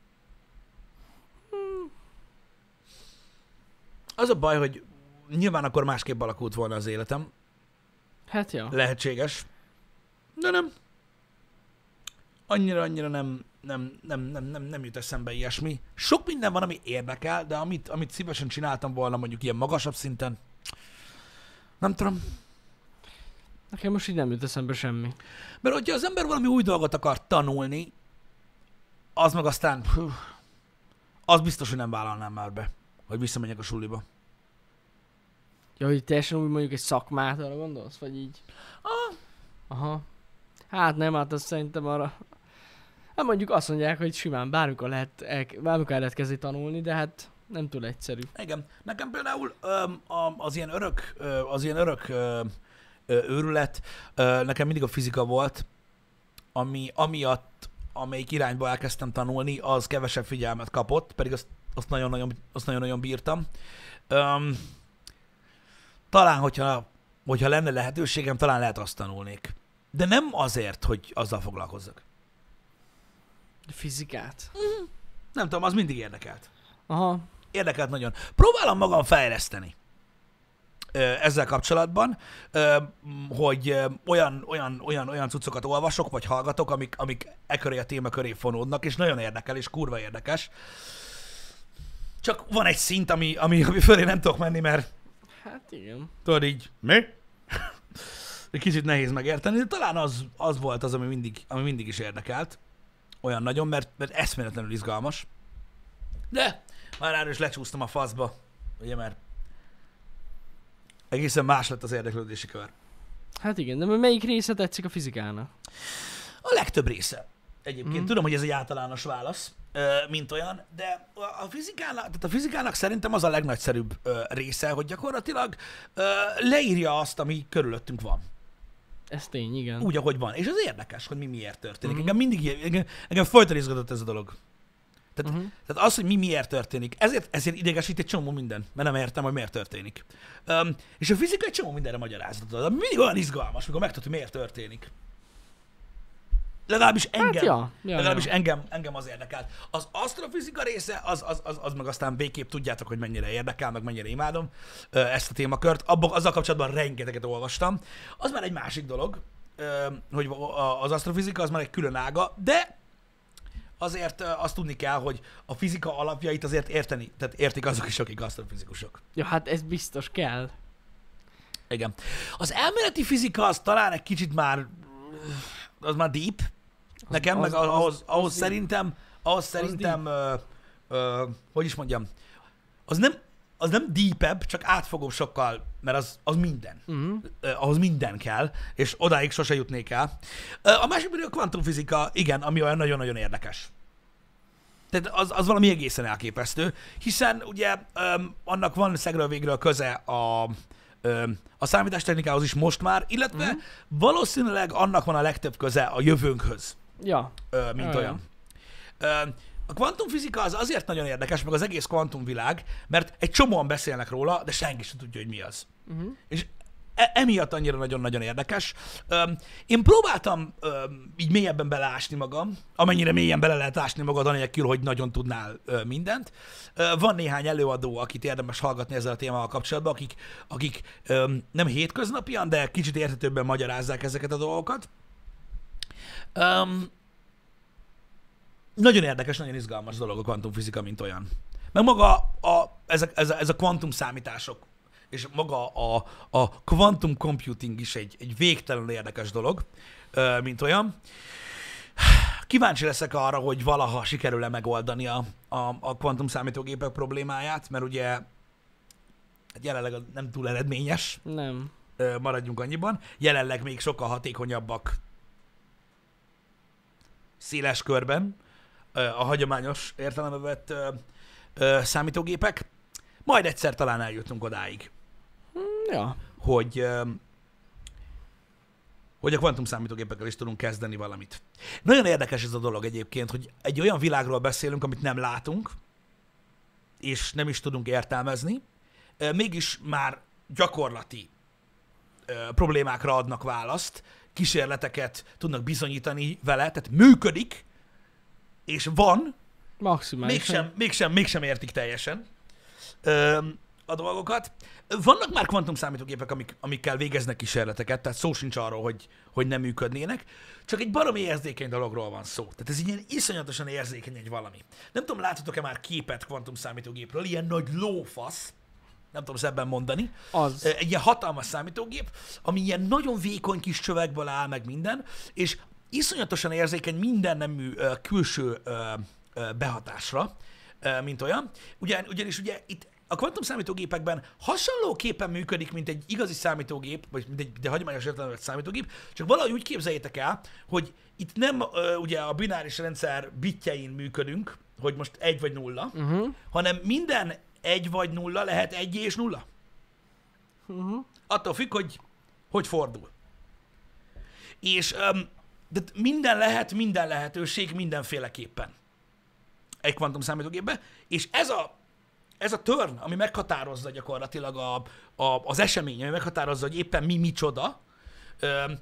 Az a baj, hogy nyilván akkor másképp alakult volna az életem. Hát ja. Lehetséges. De nem. Annyira, annyira nem, nem, nem, nem, nem, nem jut eszembe ilyesmi. Sok minden van, ami érdekel, de amit, amit szívesen csináltam volna mondjuk ilyen magasabb szinten, nem tudom. Nekem most így nem jut eszembe semmi. Mert hogyha az ember valami új dolgot akar tanulni, az meg aztán, hú, az biztos, hogy nem vállalnám már be, hogy visszamegyek a suliba. Ja, hogy teljesen úgy mondjuk egy szakmát, arra gondolsz? Vagy így? Ah, Aha. Hát nem, hát azt szerintem arra... Hát mondjuk azt mondják, hogy simán bármikor lehet, el, bármikor el lehet kezdeni tanulni, de hát nem túl egyszerű. igen. Nekem például öm, a- az ilyen örök, ö, az ilyen örök ö, ö, őrület, ö, nekem mindig a fizika volt, ami amiatt, amelyik irányba elkezdtem tanulni, az kevesebb figyelmet kapott, pedig azt, azt nagyon-nagyon, azt nagyon-nagyon bírtam. Öm, talán, hogyha, hogyha lenne lehetőségem, talán lehet azt tanulnék. De nem azért, hogy azzal foglalkozzak. De fizikát? Nem tudom, az mindig érdekelt. Aha. Érdekelt nagyon. Próbálom magam fejleszteni ö, ezzel kapcsolatban, ö, m, hogy ö, olyan, olyan, olyan, olyan cuccokat olvasok, vagy hallgatok, amik, amik e köré a téma köré fonódnak, és nagyon érdekel, és kurva érdekes. Csak van egy szint, ami, ami, ami fölé nem tudok menni, mert Hát igen. tudod így, mi? Egy kicsit nehéz megérteni, de talán az, az volt az, ami mindig, ami mindig is érdekelt. Olyan nagyon, mert, mert eszméletlenül izgalmas. De már erről is lecsúsztam a faszba, ugye, mert egészen más lett az érdeklődési kör. Hát igen, de melyik része tetszik a fizikának? A legtöbb része. Egyébként Mhm. tudom, hogy ez egy általános válasz, ö, mint olyan, de a a fizikának, tehát a fizikának szerintem az a legnagyszerűbb ö, része, hogy gyakorlatilag ö, leírja azt, ami körülöttünk van. Ez tény, igen. Úgy, ahogy van. És az érdekes, hogy mi miért történik. Mhm. Engem mindig, engem, engem folyton izgatott ez a dolog. Tehát, Uh-huh. tehát az, hogy mi miért történik, ezért, ezért idegesít egy csomó minden, mert nem értem, hogy miért történik. Um, és a fizika egy csomó mindenre magyarázatot ad, ami mindig olyan izgalmas, mikor megtudod, hogy miért történik. Legalábbis engem, Hát ja, ja, legalábbis ja. engem, engem az érdekelt. Az asztrofizika része, az, az, az, az meg aztán végképp tudjátok, hogy mennyire érdekel, meg mennyire imádom ö, ezt a témakört. Abba, azzal kapcsolatban rengeteget olvastam. Az már egy másik dolog, ö, hogy a- az asztrofizika az már egy külön ága, de azért ö, azt tudni kell, hogy a fizika alapjait azért érteni, tehát értik azok is, akik asztrofizikusok. Ja, hát ez biztos kell. Igen. Az elméleti fizika az talán egy kicsit már, az már deep, nekem, az- meg az- ahhoz, az ahhoz deep. szerintem, ahhoz szerintem, ö, ö, hogy is mondjam, az nem, az nem deepebb, csak átfogóbb sokkal, mert az, az minden. Uh-huh. Uh, ahhoz minden kell, és odáig sose jutnék el. Uh, a másik pedig a kvantumfizika, igen, ami olyan nagyon-nagyon érdekes. Tehát az, az valami egészen elképesztő, hiszen ugye um, annak van szegről végről köze a, um, a számítástechnikához is most már, illetve uh-huh. valószínűleg annak van a legtöbb köze a jövőnkhöz, Ja. uh, mint ja, olyan. Ja. Uh, a kvantumfizika az azért nagyon érdekes, meg az egész kvantumvilág, mert egy csomóan beszélnek róla, de senki sem tudja, hogy mi az. Uh-huh. És e- emiatt annyira nagyon-nagyon érdekes. Um, én próbáltam um, így mélyebben beleásni magam, amennyire mélyen bele lehet ásni magad, anélkül, hogy nagyon tudnál uh, mindent. Uh, van néhány előadó, akit érdemes hallgatni ezzel a témával kapcsolatban, akik, akik um, nem hétköznapian, de kicsit érthetőbben magyarázzák ezeket a dolgokat. Um, Nagyon érdekes, nagyon izgalmas dolog a kvantumfizika, mint olyan. Meg maga a, ez, a, ez, a, ez a kvantum számítások, és maga a, a quantum computing is egy, egy végtelenül érdekes dolog, mint olyan. Kíváncsi leszek arra, hogy valaha sikerül-e megoldani a, a, a kvantum számítógépek problémáját, mert ugye jelenleg nem túl eredményes, Nem. maradjunk annyiban. Jelenleg még sokkal hatékonyabbak széles körben a hagyományos értelembe vett ö, ö, számítógépek. Majd egyszer talán eljutunk odáig, Ja. hogy, ö, hogy a kvantum számítógépekkel is tudunk kezdeni valamit. Nagyon érdekes ez a dolog egyébként, hogy egy olyan világról beszélünk, amit nem látunk, és nem is tudunk értelmezni, ö, mégis már gyakorlati ö, problémákra adnak választ, kísérleteket tudnak bizonyítani vele, tehát működik, és van, Maximálisan. mégsem, mégsem, mégsem értik teljesen ö, a dolgokat. Vannak már kvantum számítógépek, amik, amikkel végeznek kísérleteket, tehát szó sincs arról, hogy, hogy nem működnének, csak egy baromi érzékeny dologról van szó. Tehát ez ilyen iszonyatosan érzékeny egy valami. Nem tudom, láthatok-e már képet kvantum számítógépről, ilyen nagy lófasz, nem tudom szebben mondani. Az. Egy ilyen hatalmas számítógép, ami ilyen nagyon vékony kis csövekből áll meg minden, és iszonyatosan érzékeny minden nemű uh, külső uh, uh, behatásra, uh, mint olyan. Ugyan, ugyanis ugye itt a kvantum számítógépekben hasonlóképpen működik, mint egy igazi számítógép, vagy mint egy de hagyományos értelemben számítógép, csak valahogy úgy képzeljétek el, hogy itt nem uh, ugye a bináris rendszer bitjein működünk, hogy most egy vagy nulla, uh-huh. hanem minden egy vagy nulla lehet egy és nulla. Uh-huh. Attól függ, hogy hogy fordul. És um, de minden lehet, minden lehetőség mindenféleképpen egy kvantum számítógépben, és ez a, ez a turn, ami meghatározza gyakorlatilag a, a, az esemény, ami meghatározza, hogy éppen mi micsoda, um,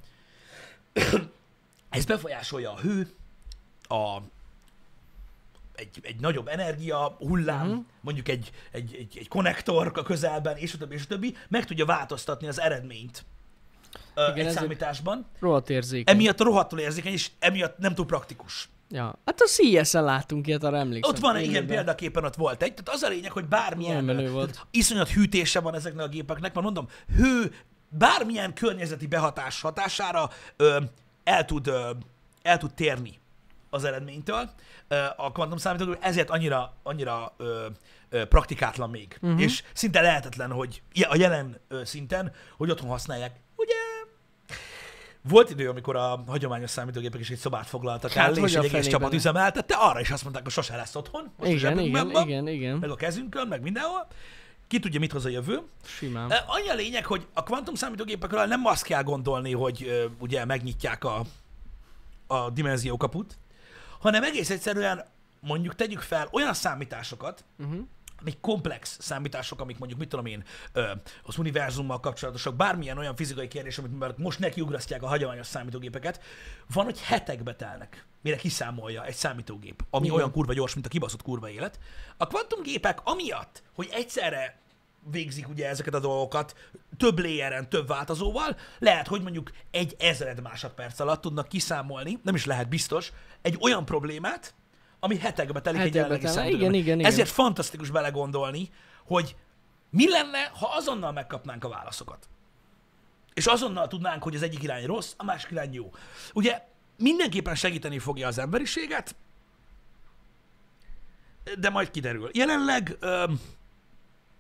ez befolyásolja a hő, a Egy, egy nagyobb energia hullám, uh-huh. mondjuk egy, egy, egy, egy konnektor a közelben, és a többi, és a többi, meg tudja változtatni az eredményt uh, egy számításban. Rohadt érzékeny. Emiatt rohadtul érzékeny, és emiatt nem túl praktikus. Ja. Hát a cé es-en láttunk ilyet, arra emlékszem. Ott van, igen, példaképpen ott volt egy. Tehát az a lényeg, hogy bármilyen volt. iszonyat hűtése van ezeknek a gépeknek, mert mondom, hő, bármilyen környezeti behatás hatására ö, el, tud, ö, el tud térni az eredménytől a kvantum számítógép, ezért annyira, annyira ö, ö, praktikátlan még. Uh-huh. És szinte lehetetlen, hogy a jelen ö, szinten, hogy otthon használják. Ugye volt idő, amikor a hagyományos számítógépek is egy szobát foglaltak hát, el, és egy egész csapat üzemeltette, arra is azt mondták, hogy sose lesz otthon. Most igen, igen, van, igen, igen. meg a kezünkön, meg mindenhol. Ki tudja, mit hoz a jövő. Simán. Annyi a lényeg, hogy a kvantum számítógépekről nem azt kell gondolni, hogy ö, ugye megnyitják a, a dimenziókaput, hanem egész egyszerűen mondjuk tegyük fel olyan számításokat, uh-huh. amik komplex számítások, amik mondjuk, mit tudom én, az univerzummal kapcsolatosak, bármilyen olyan fizikai kérdés, amit most nekiugrasztják a hagyományos számítógépeket, van, hogy hetekbe telnek, mire kiszámolja egy számítógép, ami igen. olyan kurva gyors, mint a kibaszott kurva élet. A kvantumgépek amiatt, hogy egyszerre végzik ugye ezeket a dolgokat több layeren, több változóval, lehet, hogy mondjuk egy ezred másodperc alatt tudnak kiszámolni, nem is lehet biztos, egy olyan problémát, ami hetekbe telik hetekbe egy jelenlegi számítógépben. Igen, igen, igen. Ezért fantasztikus belegondolni, hogy mi lenne, ha azonnal megkapnánk a válaszokat. És azonnal tudnánk, hogy az egyik irány rossz, a másik irány jó. Ugye mindenképpen segíteni fogja az emberiséget, de majd kiderül. Jelenleg... Öm,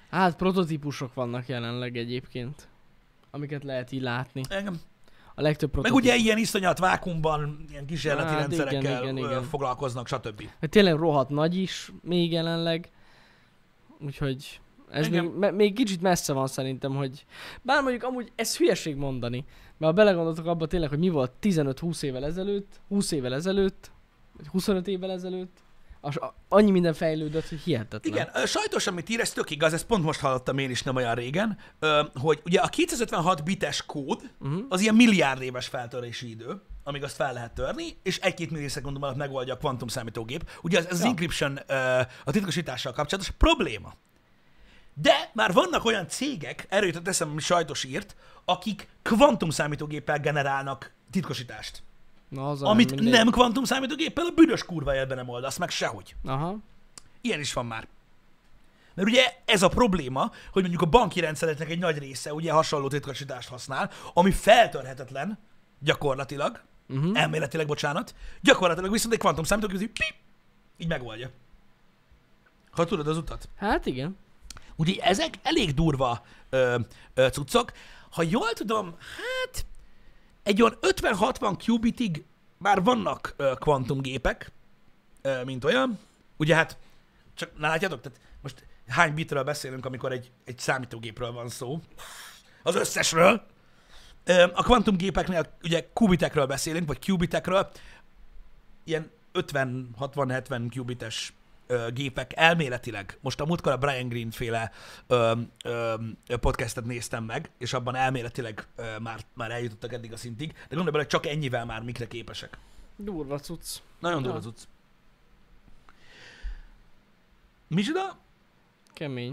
Hát prototípusok vannak jelenleg egyébként, amiket lehet így látni. Engem. A legtöbb Meg prototípus. ugye ilyen iszonyat vákumban, ilyen kísérleti Hát rendszerekkel igen, igen, ö, igen. foglalkoznak, stb. Hát tényleg rohadt nagy is még jelenleg. Úgyhogy ez Igen. még, me- még kicsit messze van szerintem, hogy... Bár mondjuk amúgy ez hülyeség mondani. Mert ha belegondoltok abba tényleg, hogy mi volt tizenöt-húsz évvel ezelőtt, húsz évvel ezelőtt, vagy huszonöt évvel ezelőtt, az a- annyi minden fejlődött, hogy hihetetlen. Igen, ö, sajtos, amit ír, ez tök igaz, ezt pont most hallottam én is nem olyan régen, ö, hogy ugye a kétszázötvenhat bites kód Uh-huh. az ilyen milliárd éves feltörési idő, amíg azt fel lehet törni, és egy-két millisekundum alatt megoldja a kvantum számítógép. Ugye ez, ez az Ja. encryption ö, a titkosítással kapcsolatos probléma. De már vannak olyan cégek, erről jutott eszembe, ami sajtos írt, akik kvantum számítógéppel generálnak titkosítást. Na, az Amit mindegy. nem kvantum számítógéppel a büdös kurva élben nem oldasz meg sehogy. Aha. Ilyen is van már. Mert ugye ez a probléma, hogy mondjuk a banki rendszereknek egy nagy része ugye hasonló titkosítást használ, ami feltörhetetlen gyakorlatilag, Uh-huh. elméletileg, bocsánat, gyakorlatilag viszont egy kvantum számítógép így, pip, így megoldja. Ha tudod az utat. Hát igen. Ugye ezek elég durva ö, ö, cuccok. Ha jól tudom, hát egy olyan ötven-hatvan kubitig már vannak ö, kvantumgépek, ö, mint olyan. Ugye hát, csak na látjátok, tehát most hány bitről beszélünk, amikor egy, egy számítógépről van szó? Az összesről. Ö, a kvantumgépeknél ugye kubitekről beszélünk, vagy kubitekről. Ilyen ötven, hatvan, hetven kubites ö, gépek elméletileg. Most a múltkor a Brian Greene féle ö, ö, podcastet néztem meg, és abban elméletileg ö, már, már eljutottak eddig a szintig, de gondolj bele, hogy csak ennyivel már mikre képesek. Durva cucc. Nagyon durva Ja. cucc. Micsoda? Kemény.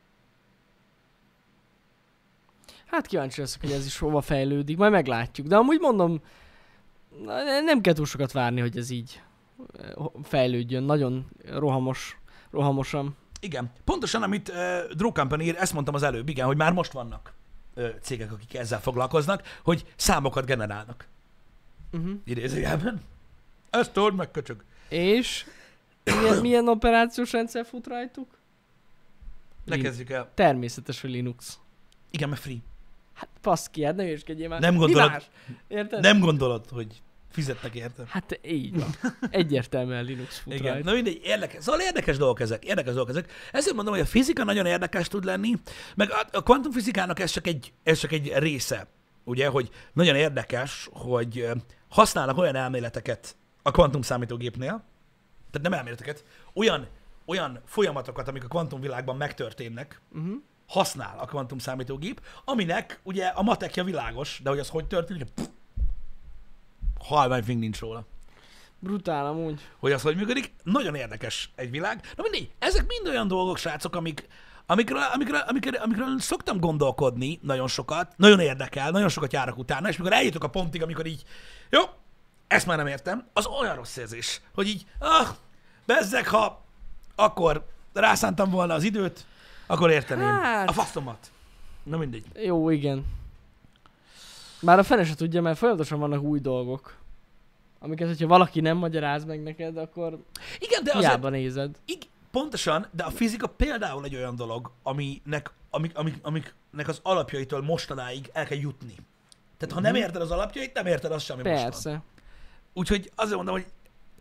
Hát kíváncsi leszek, hogy ez is hova fejlődik, majd meglátjuk. De amúgy mondom, na, nem kell túl sokat várni, hogy ez így eh, fejlődjön. Nagyon rohamos, rohamosan. Igen. Pontosan, amit uh, Draw Company ír, ezt mondtam az előbb, igen, hogy már most vannak uh, cégek, akik ezzel foglalkoznak, hogy számokat generálnak. Uh-huh. Idézőjelben. Ezt told meg, köcsög. És milyen, milyen operációs rendszer fut rajtuk? Ne Lin- kezdjük el. Természetesen Linux. Igen, mert free. Hát paszki, hát ne hülyeskedjél már. Nem Mi gondolod- más? Érted? Nem gondolod, hogy fizetnek érte. Hát így van. Egyértelműen Linux fut Igen, rajta. na mindegy, érdekes. Szóval érdekes dolgok ezek, érdekes dolgok ezek. Ezért mondom, hogy a fizika nagyon érdekes tud lenni, meg a, a kvantumfizikának ez csak, egy, ez csak egy része, ugye, hogy nagyon érdekes, hogy ö, használnak olyan elméleteket a kvantum számítógépnél, tehát nem elméleteket, olyan, olyan folyamatokat, amik a kvantumvilágban megtörténnek, Uh-huh. használ a kvantum számítógép, aminek ugye a matekja világos, de hogy az hogy történik, pff, halvány fing nincs róla. Brutál amúgy. Hogy az hogy működik. Nagyon érdekes egy világ. Na mindegy, ezek mind olyan dolgok, srácok, amik, amikről, amikről, amikről, amikről szoktam gondolkodni nagyon sokat, nagyon érdekel, nagyon sokat járok utána, és mikor eljutok a pontig, amikor így, jó, ezt már nem értem, az olyan rossz érzés, hogy így, ah, bezzeg, ha akkor rászántam volna az időt, akkor érteném. Hát. A faszomat. Na mindegy. Jó, igen. Bár a fene se tudja, mert folyamatosan vannak új dolgok. Amiket, hogyha valaki nem magyaráz meg neked, akkor Igen, de azért, hiába nézed. ig- pontosan, de a fizika például egy olyan dolog, aminek, amik, amik, amiknek az alapjaitól mostanáig el kell jutni. Tehát ha nem Mhm. érted az alapjait, nem érted azt sem, ami most van. Persze. Úgyhogy azért mondom, hogy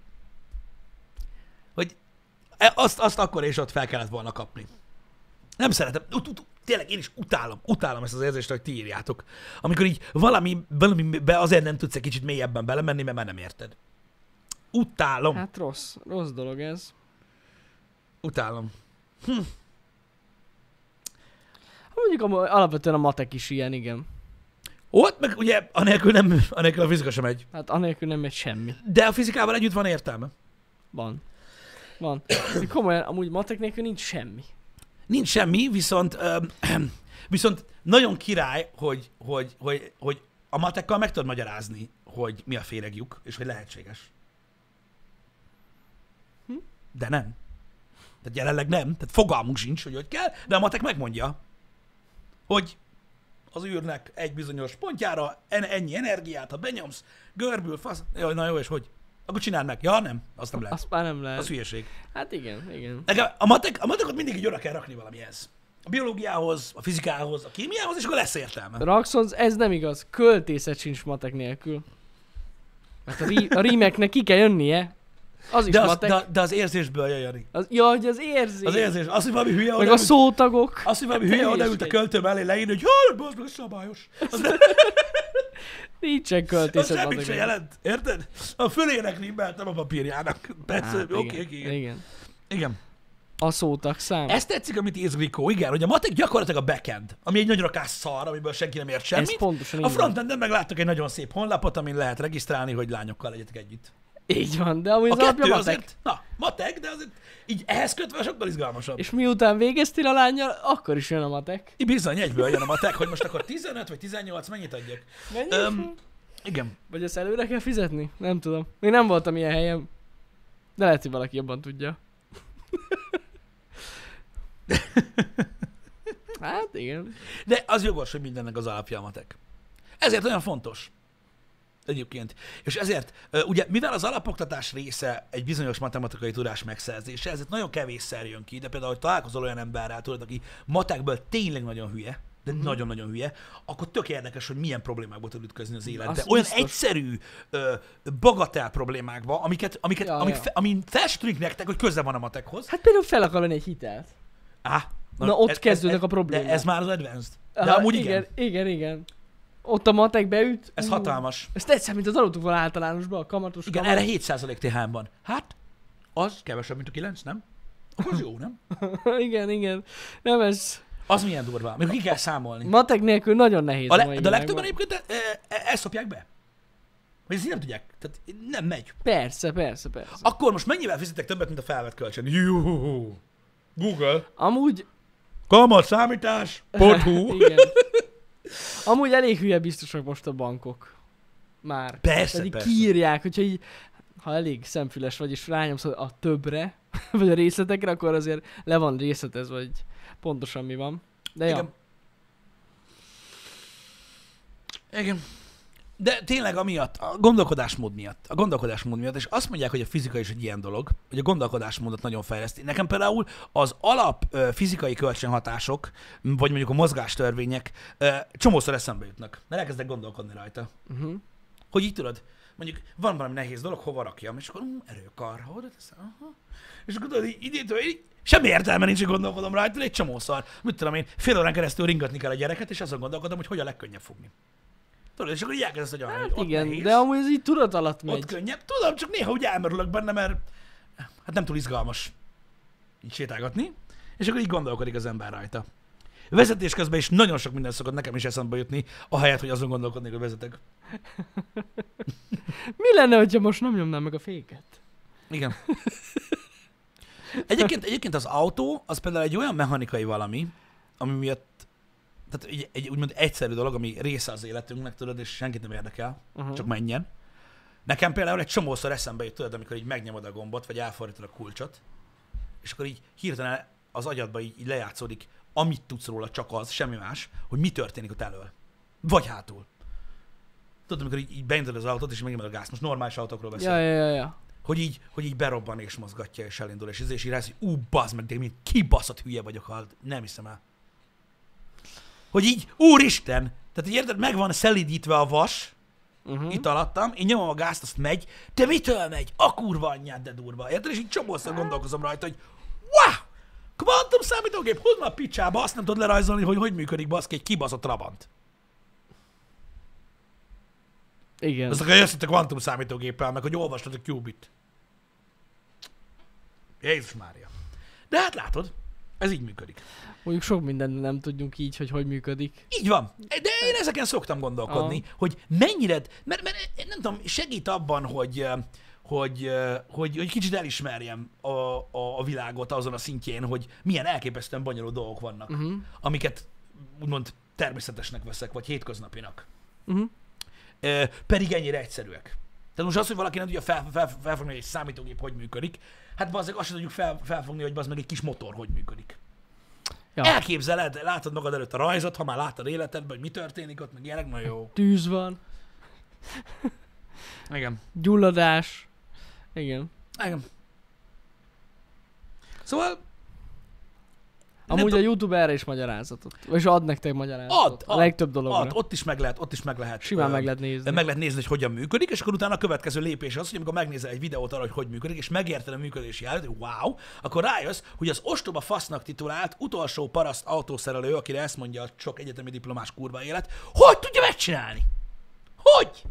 hogy e- azt, azt akkor és ott fel kellett volna kapni. Nem szeretem. Ut- ut- Tényleg én is utálom, utálom ezt az érzést, hogy ti írjátok. Amikor így valami, valamibe azért nem tudsz egy kicsit mélyebben belemenni, mert már nem érted. Utálom. Hát rossz. Rossz dolog ez. Utálom. Mondjuk am- alapvetően a matek is ilyen, igen. Ott meg ugye anélkül, nem, anélkül a fizika sem megy. Hát anélkül nem megy semmi. De a fizikával együtt van értelme. Van. Van. De komolyan, amúgy matek nélkül nincs semmi. Nincs semmi, viszont, öm, viszont nagyon király, hogy, hogy, hogy, hogy a matekkal meg tudod magyarázni, hogy mi a féregjuk, és hogy lehetséges. Hm? De nem. Tehát jelenleg nem. Tehát fogalmunk sincs, hogy hogy kell, de a matek megmondja, hogy az űrnek egy bizonyos pontjára en- ennyi energiát, ha benyomsz, görbül, fasz, jaj, na jó, és hogy? Akkor csináld meg. Ja, nem, azt nem lehet. Azt már nem lehet. Az hülyeség. Hát igen, igen. Nekem a, matek, a matekot mindig így oda kell rakni valamihez. a biológiához, a fizikához, a kémiához, és akkor lesz értelme. Raxons, ez nem igaz. Költészet sincs matek nélkül. Hát a, rí, a rímeknek ki kell jönnie. Az is De az, matek. de, de az érzésből jön, Jani. Az, ja, hogy az érzés. Az érzés. Az, hogy valami hülye Meg oda a ült- szótagok. Az, hogy valami hülye Teljesen. odaült a költő mellé leírni, hogy jaj, bazd meg, ez szabályos. Az, nem, Nincsen az költészet semmit matek se nélkül. jelent. Érted? A fölének rimbeltem a papírjának. Persze, Hát, oké, igen, oké, igen. igen. Igen. A szótag szám. Ezt tetszik, amit íz Grikó, igen, hogy a matek gyakorlatilag a backend, ami egy nagyon rakás szar, amiből senki nem ért Ez semmit. pontosan A így van. frontenden meg láttok egy nagyon szép honlapot, amin lehet regisztrálni, hogy lányokkal legyetek együtt. Így van, de amúgy A az alapja kettő matek. azért, na, matek, de azért így ehhez kötve sokkal izgalmasabb. És És miután végeztél a lányjal, akkor is jön a matek. így bizony, egyből jön a matek, hogy most akkor tizenöt vagy tizennyolc, mennyit adjak? Mennyi? Öm, igen. Vagy ezt előre kell fizetni? Nem tudom. Még nem voltam ilyen helyen. De lehet, hogy valaki jobban tudja. Hát igen. De az jogos, hogy mindennek az alapja a matek. Ezért olyan fontos. Egyébként. És ezért, ö, ugye, mivel az alapoktatás része egy bizonyos matematikai tudás megszerzése, ezért nagyon kevésszer jön ki, de például, hogy találkozol olyan emberrel, tudod, aki matekből tényleg nagyon hülye, de uh-huh. nagyon-nagyon hülye, akkor tök érdekes, hogy milyen problémákba tud ütközni az életbe. Az Olyan biztos. egyszerű, ö, bagatel problémákba, amiket, amiket, Ja, amik, ja. Fe, amin fel se tűnik nektek, hogy köze van a matekhoz. Hát például fel akar venni egy hitelt. Á, Na, ott kezdődnek a problémák. De ez már az advanced. De Aha, amúgy igen. igen. Igen, igen. Ott a matek beüt. Ez ú, hatalmas. Ez tetszett, mint az tanultuk volna általánosban, a kamatos Igen, kamat. erre hét százalék té há van. Hát, az kevesebb, mint a kilenc, nem? Akkor az jó, nem? igen, igen. Nem ez... Az milyen durva. Még ki kell számolni. Matek nélkül nagyon nehéz A a le, mai de a legtöbben világban. egyébként e, e, ezt szopják be. Vagy ezt így nem tudják. Tehát nem megy. Persze, persze, persze. Akkor most mennyivel fizetek többet, mint a felvett kölcsön? Jó. Google. Amúgy... Kamat számítás. Porthu. igen. Amúgy elég hülye biztosak most a bankok. Már. Persze, Pedig persze. kiírják, hogyha így, ha elég szemfüles vagy, és rányomsz a többre, vagy a részletekre, akkor azért le van részletezve, vagy pontosan mi van. De ja. Igen. Igen. De tényleg amiatt, a gondolkodásmód miatt, a gondolkodásmód miatt, és azt mondják, hogy a fizika is egy ilyen dolog, hogy a gondolkodásmódot nagyon fejleszti. Nekem például az alap ö, fizikai kölcsönhatások, vagy mondjuk a mozgástörvények ö, csomószor eszembe jutnak, mert elkezdek gondolkodni rajta. Uh-huh. Hogy így tudod, mondjuk van valami nehéz dolog, hova rakjam, és akkor um, erőkar, ha oda teszem, aha. És akkor tudod, így, így, így semmi értelme nincs, hogy gondolkodom rajta, de egy csomószor. Mit tudom én, fél órán keresztül ringatni kell a gyereket, és azon gondolkodom, hogy hogy a legkönnyebb fogni. Tudod, és akkor így elkezdesz, hogy Hát ott igen, nehéz, de amúgy ez így tudat alatt ott megy. könnyebb. Tudom, csak néha úgy elmerülök benne, mert hát nem túl izgalmas így sétálgatni, és akkor így gondolkodik az ember rajta. Vezetés közben is nagyon sok minden szokott nekem is eszembe jutni, ahelyett, hogy azon gondolkodnék, hogy vezetek. Mi lenne, hogyha most nem nyomnám meg a féket? Igen. Egyébként, egyébként az autó, az például egy olyan mechanikai valami, ami miatt, tehát egy, egy úgymond egyszerű dolog, ami része az életünknek, tudod, és senkit nem érdekel, Uh-huh. csak menjen. Nekem például egy csomószor eszembe jut, tudod, amikor így megnyomod a gombot, vagy elfordítod a kulcsot, és akkor így hirtelen az agyadba így, így lejátszódik, amit tudsz róla, csak az, semmi más, hogy mi történik ott elől. Vagy hátul. Tudod, amikor így, így beindítod az autót, és megnyomod a gázt. Most normális autókról beszélek. Ja, ja, ja, ja. Hogy így, hogy így berobban és mozgatja, és elindul, és, és így rász, hogy ú, bazd meg, de én kibaszott hülye vagyok, ha nem hiszem el. Hogy így, úristen, tehát így érted, meg van szelídítve a vas, Uh-huh. itt alattam, én nyomom a gázt, azt megy, de mitől megy? A kurva anyját, de durva. Érted? És így csomószor gondolkozom rajta, hogy wow! Kvantum számítógép, hozd már a picsába, azt nem tudod lerajzolni, hogy hogy működik baszki egy kibaszott Trabant. Igen. Azt akkor jössz itt a kvantum számítógéppel, meg hogy olvastad a Qubit. Jézus Mária. De hát látod, ez így működik. Mondjuk sok mindent nem tudjunk így, hogy hogy működik. Így van. De én ezeken szoktam gondolkodni, Aha. hogy mennyire, mert, mert nem tudom, segít abban, hogy, hogy, hogy, hogy kicsit elismerjem a, a, a világot azon a szintjén, hogy milyen elképesztően bonyolult dolgok vannak, Uh-huh. amiket úgymond természetesnek veszek, vagy hétköznapinak. Uh-huh. Ö, pedig ennyire egyszerűek. Tehát most az, hogy valaki nem tudja fel, fel, felfogni, hogy egy számítógép hogy működik, hát bazzeg azt sem tudjuk fel, felfogni, hogy bazd meg egy kis motor hogy működik. Ja. Elképzeled, látod magad előtt a rajzot, ha már láttad életedben, hogy mi történik ott, meg ilyenek, na jó. Tűz van, Igen. gyulladás. Igen. Igen. Szóval Amúgy a tudom- YouTube erre is magyarázatot. Vagy ad nektek magyarázatot. Ad, a ad, legtöbb dologra. Ad, ott is meg lehet, ott is meg lehet. Simán ö, meg lehet nézni. Meg lehet nézni, hogy hogyan működik, és akkor utána a következő lépés az, hogy amikor megnézel egy videót arra, hogy hogy működik, és megérted a működési jelent, hogy wow, akkor rájössz, hogy az ostoba fasznak titulált utolsó paraszt autószerelő, akire ezt mondja a sok egyetemi diplomás kurva élet, hogy tudja megcsinálni? Hogy?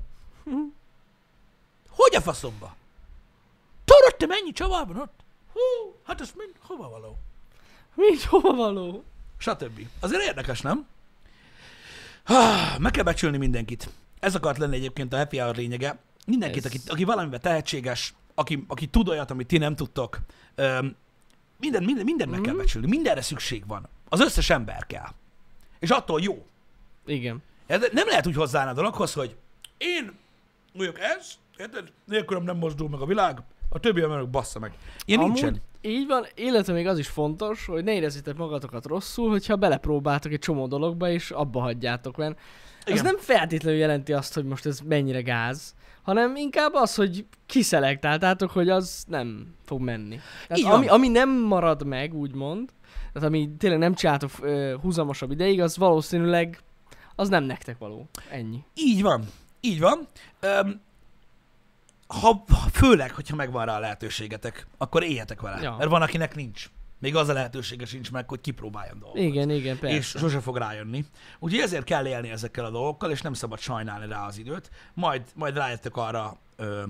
Hogy a faszomba? Tudod, te mennyi csavar van ott? Hú, hát ez mind hova való? Mind hova való? Stb. Azért érdekes, nem? Ah, meg kell becsülni mindenkit. Ez akart lenni egyébként a happy hour lényege. Mindenkit, Ez- aki, aki valamiben tehetséges, aki, aki tud olyat, amit ti nem tudtok. Öm, minden, minden, minden meg kell Mhm. becsülni. Mindenre szükség van. Az összes ember kell. És attól jó. Igen. Ez nem lehet úgy hozzáállni a dologhoz, hogy én vagyok ez, érted? Nélkülem nem mozdul meg a világ, a többi emberek bassza meg. Ilyen Amúgy nincsen. így van, illetve még az is fontos, hogy ne érezzétek magatokat rosszul, hogyha belepróbáltok egy csomó dologba, és abba hagyjátok, mert ez Igen. nem feltétlenül jelenti azt, hogy most ez mennyire gáz, hanem inkább az, hogy kiszelektáltátok, hogy az nem fog menni. Tehát Így van. ami, ami nem marad meg, úgymond, tehát ami tényleg nem csináltok ö, húzamosabb ideig, az valószínűleg az nem nektek való. Ennyi. Így van. Így van. Öm, ha, főleg, hogyha megvan rá a lehetőségetek, akkor éljetek vele. Ja. Mert van, akinek nincs. Még az a lehetősége sincs meg, hogy kipróbáljon dolgokat. Igen, igen, persze. És sose fog rájönni. Úgyhogy ezért kell élni ezekkel a dolgokkal, és nem szabad sajnálni rá az időt. Majd, majd rájöttek arra, ö,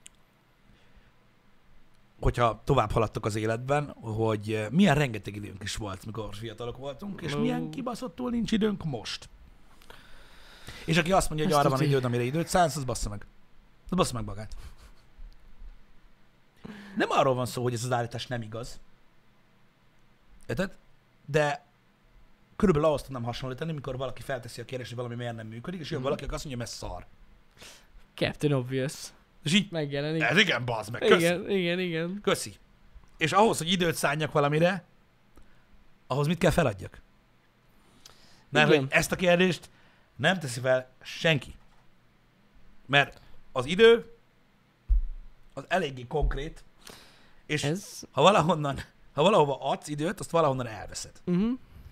hogyha tovább haladtok az életben, hogy ö, milyen rengeteg időnk is volt, mikor fiatalok voltunk, és Ó. milyen kibaszottul nincs időnk most. És aki azt mondja, hogy Ezt arra van tuti. időd, amire időt szánsz, az bassza meg. Az bassza meg magát. Nem arról van szó, hogy ez az állítás nem igaz. Érted? De körülbelül ahhoz tudnám hasonlítani, mikor valaki felteszi a kérdést, hogy valami miért nem működik, és jön Mhm. valaki, aki azt mondja, mert szar. Captain Obvious. És így, Megjelenik. ez igen, bazd meg, köszi. Igen, igen, igen. Köszi. És ahhoz, hogy időt szálljak valamire, ahhoz mit kell feladjak? Mert Igen. hogy ezt a kérdést nem teszi fel senki. Mert az idő az eléggé konkrét, és Ez... ha valahonnan, ha valahova adsz időt, azt valahonnan elveszed. Uh-huh.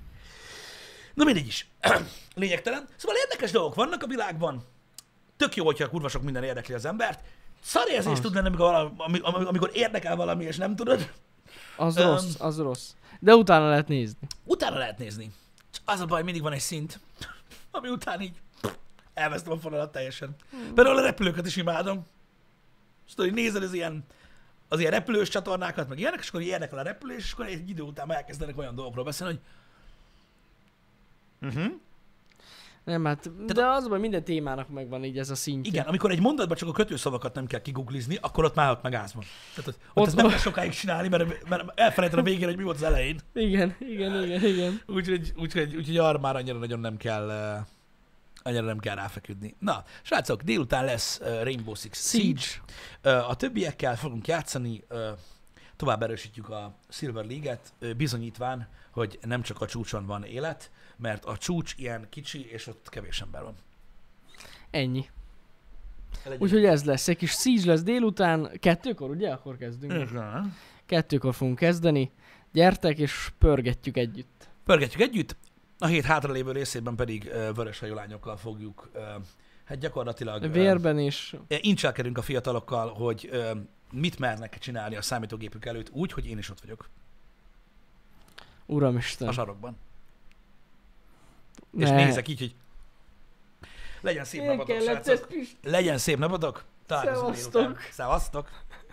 Na mindegy is. Lényegtelen. Szóval érdekes dolgok vannak a világban. Tök jó, hogyha kurva sok minden érdekli az embert. Szarérzés Az. tud lenni, amikor, valami, ami- amikor érdekel valami, és nem tudod. Az Öm. rossz, az rossz. De utána lehet nézni. Utána lehet nézni. Csak az a baj, mindig van egy szint, ami után így elvesztem a fonalat teljesen. Például a repülőket is imádom. És tudod, hogy nézed az ilyen, az ilyen repülős csatornákat, meg ilyenek, és akkor így érdekel a repülés, és akkor egy idő után már elkezdenek olyan dolgokról beszélni, hogy uh-huh. Nem, hát, de az, hogy minden témának megvan így ez a szintje. Igen, amikor egy mondatban csak a kötőszavakat nem kell kiguglizni, akkor ott már ott meg áz van. Tehát ott, ott, Ott ezt nem van. kell sokáig csinálni, mert, mert elfelejted a végén, hogy mi volt az elején. Igen, igen, igen, igen. Úgyhogy, úgyhogy, úgyhogy arra már annyira nagyon nem kell, uh, annyira nem kell ráfeküdni. Na, srácok, délután lesz uh, Rainbow Six Siege. Siege. Uh, a többiekkel fogunk játszani, uh, tovább erősítjük a Silver League-et, uh, bizonyítván, hogy nem csak a csúcson van élet, mert a csúcs ilyen kicsi, és ott kevés ember van. Ennyi. Legyen- Úgyhogy ez lesz. Egy kis Siege lesz délután. Kettőkor, ugye? Akkor kezdünk. Igen. Kettőkor fogunk kezdeni. Gyertek és pörgetjük együtt. Pörgetjük együtt, a hét hátralévő részében pedig uh, vöröshajú lányokkal fogjuk, uh, hát gyakorlatilag uh, Vérben is. incselkedünk a fiatalokkal, hogy uh, mit mernek csinálni a számítógépük előtt úgy, hogy én is ott vagyok Uramisten. a sarokban. És Ne. nézek így, hogy legyen szép Én napotok, kellett srácok. ezt is. Legyen szép napotok. Találkozunk Szevasztok. délután. Szevasztok.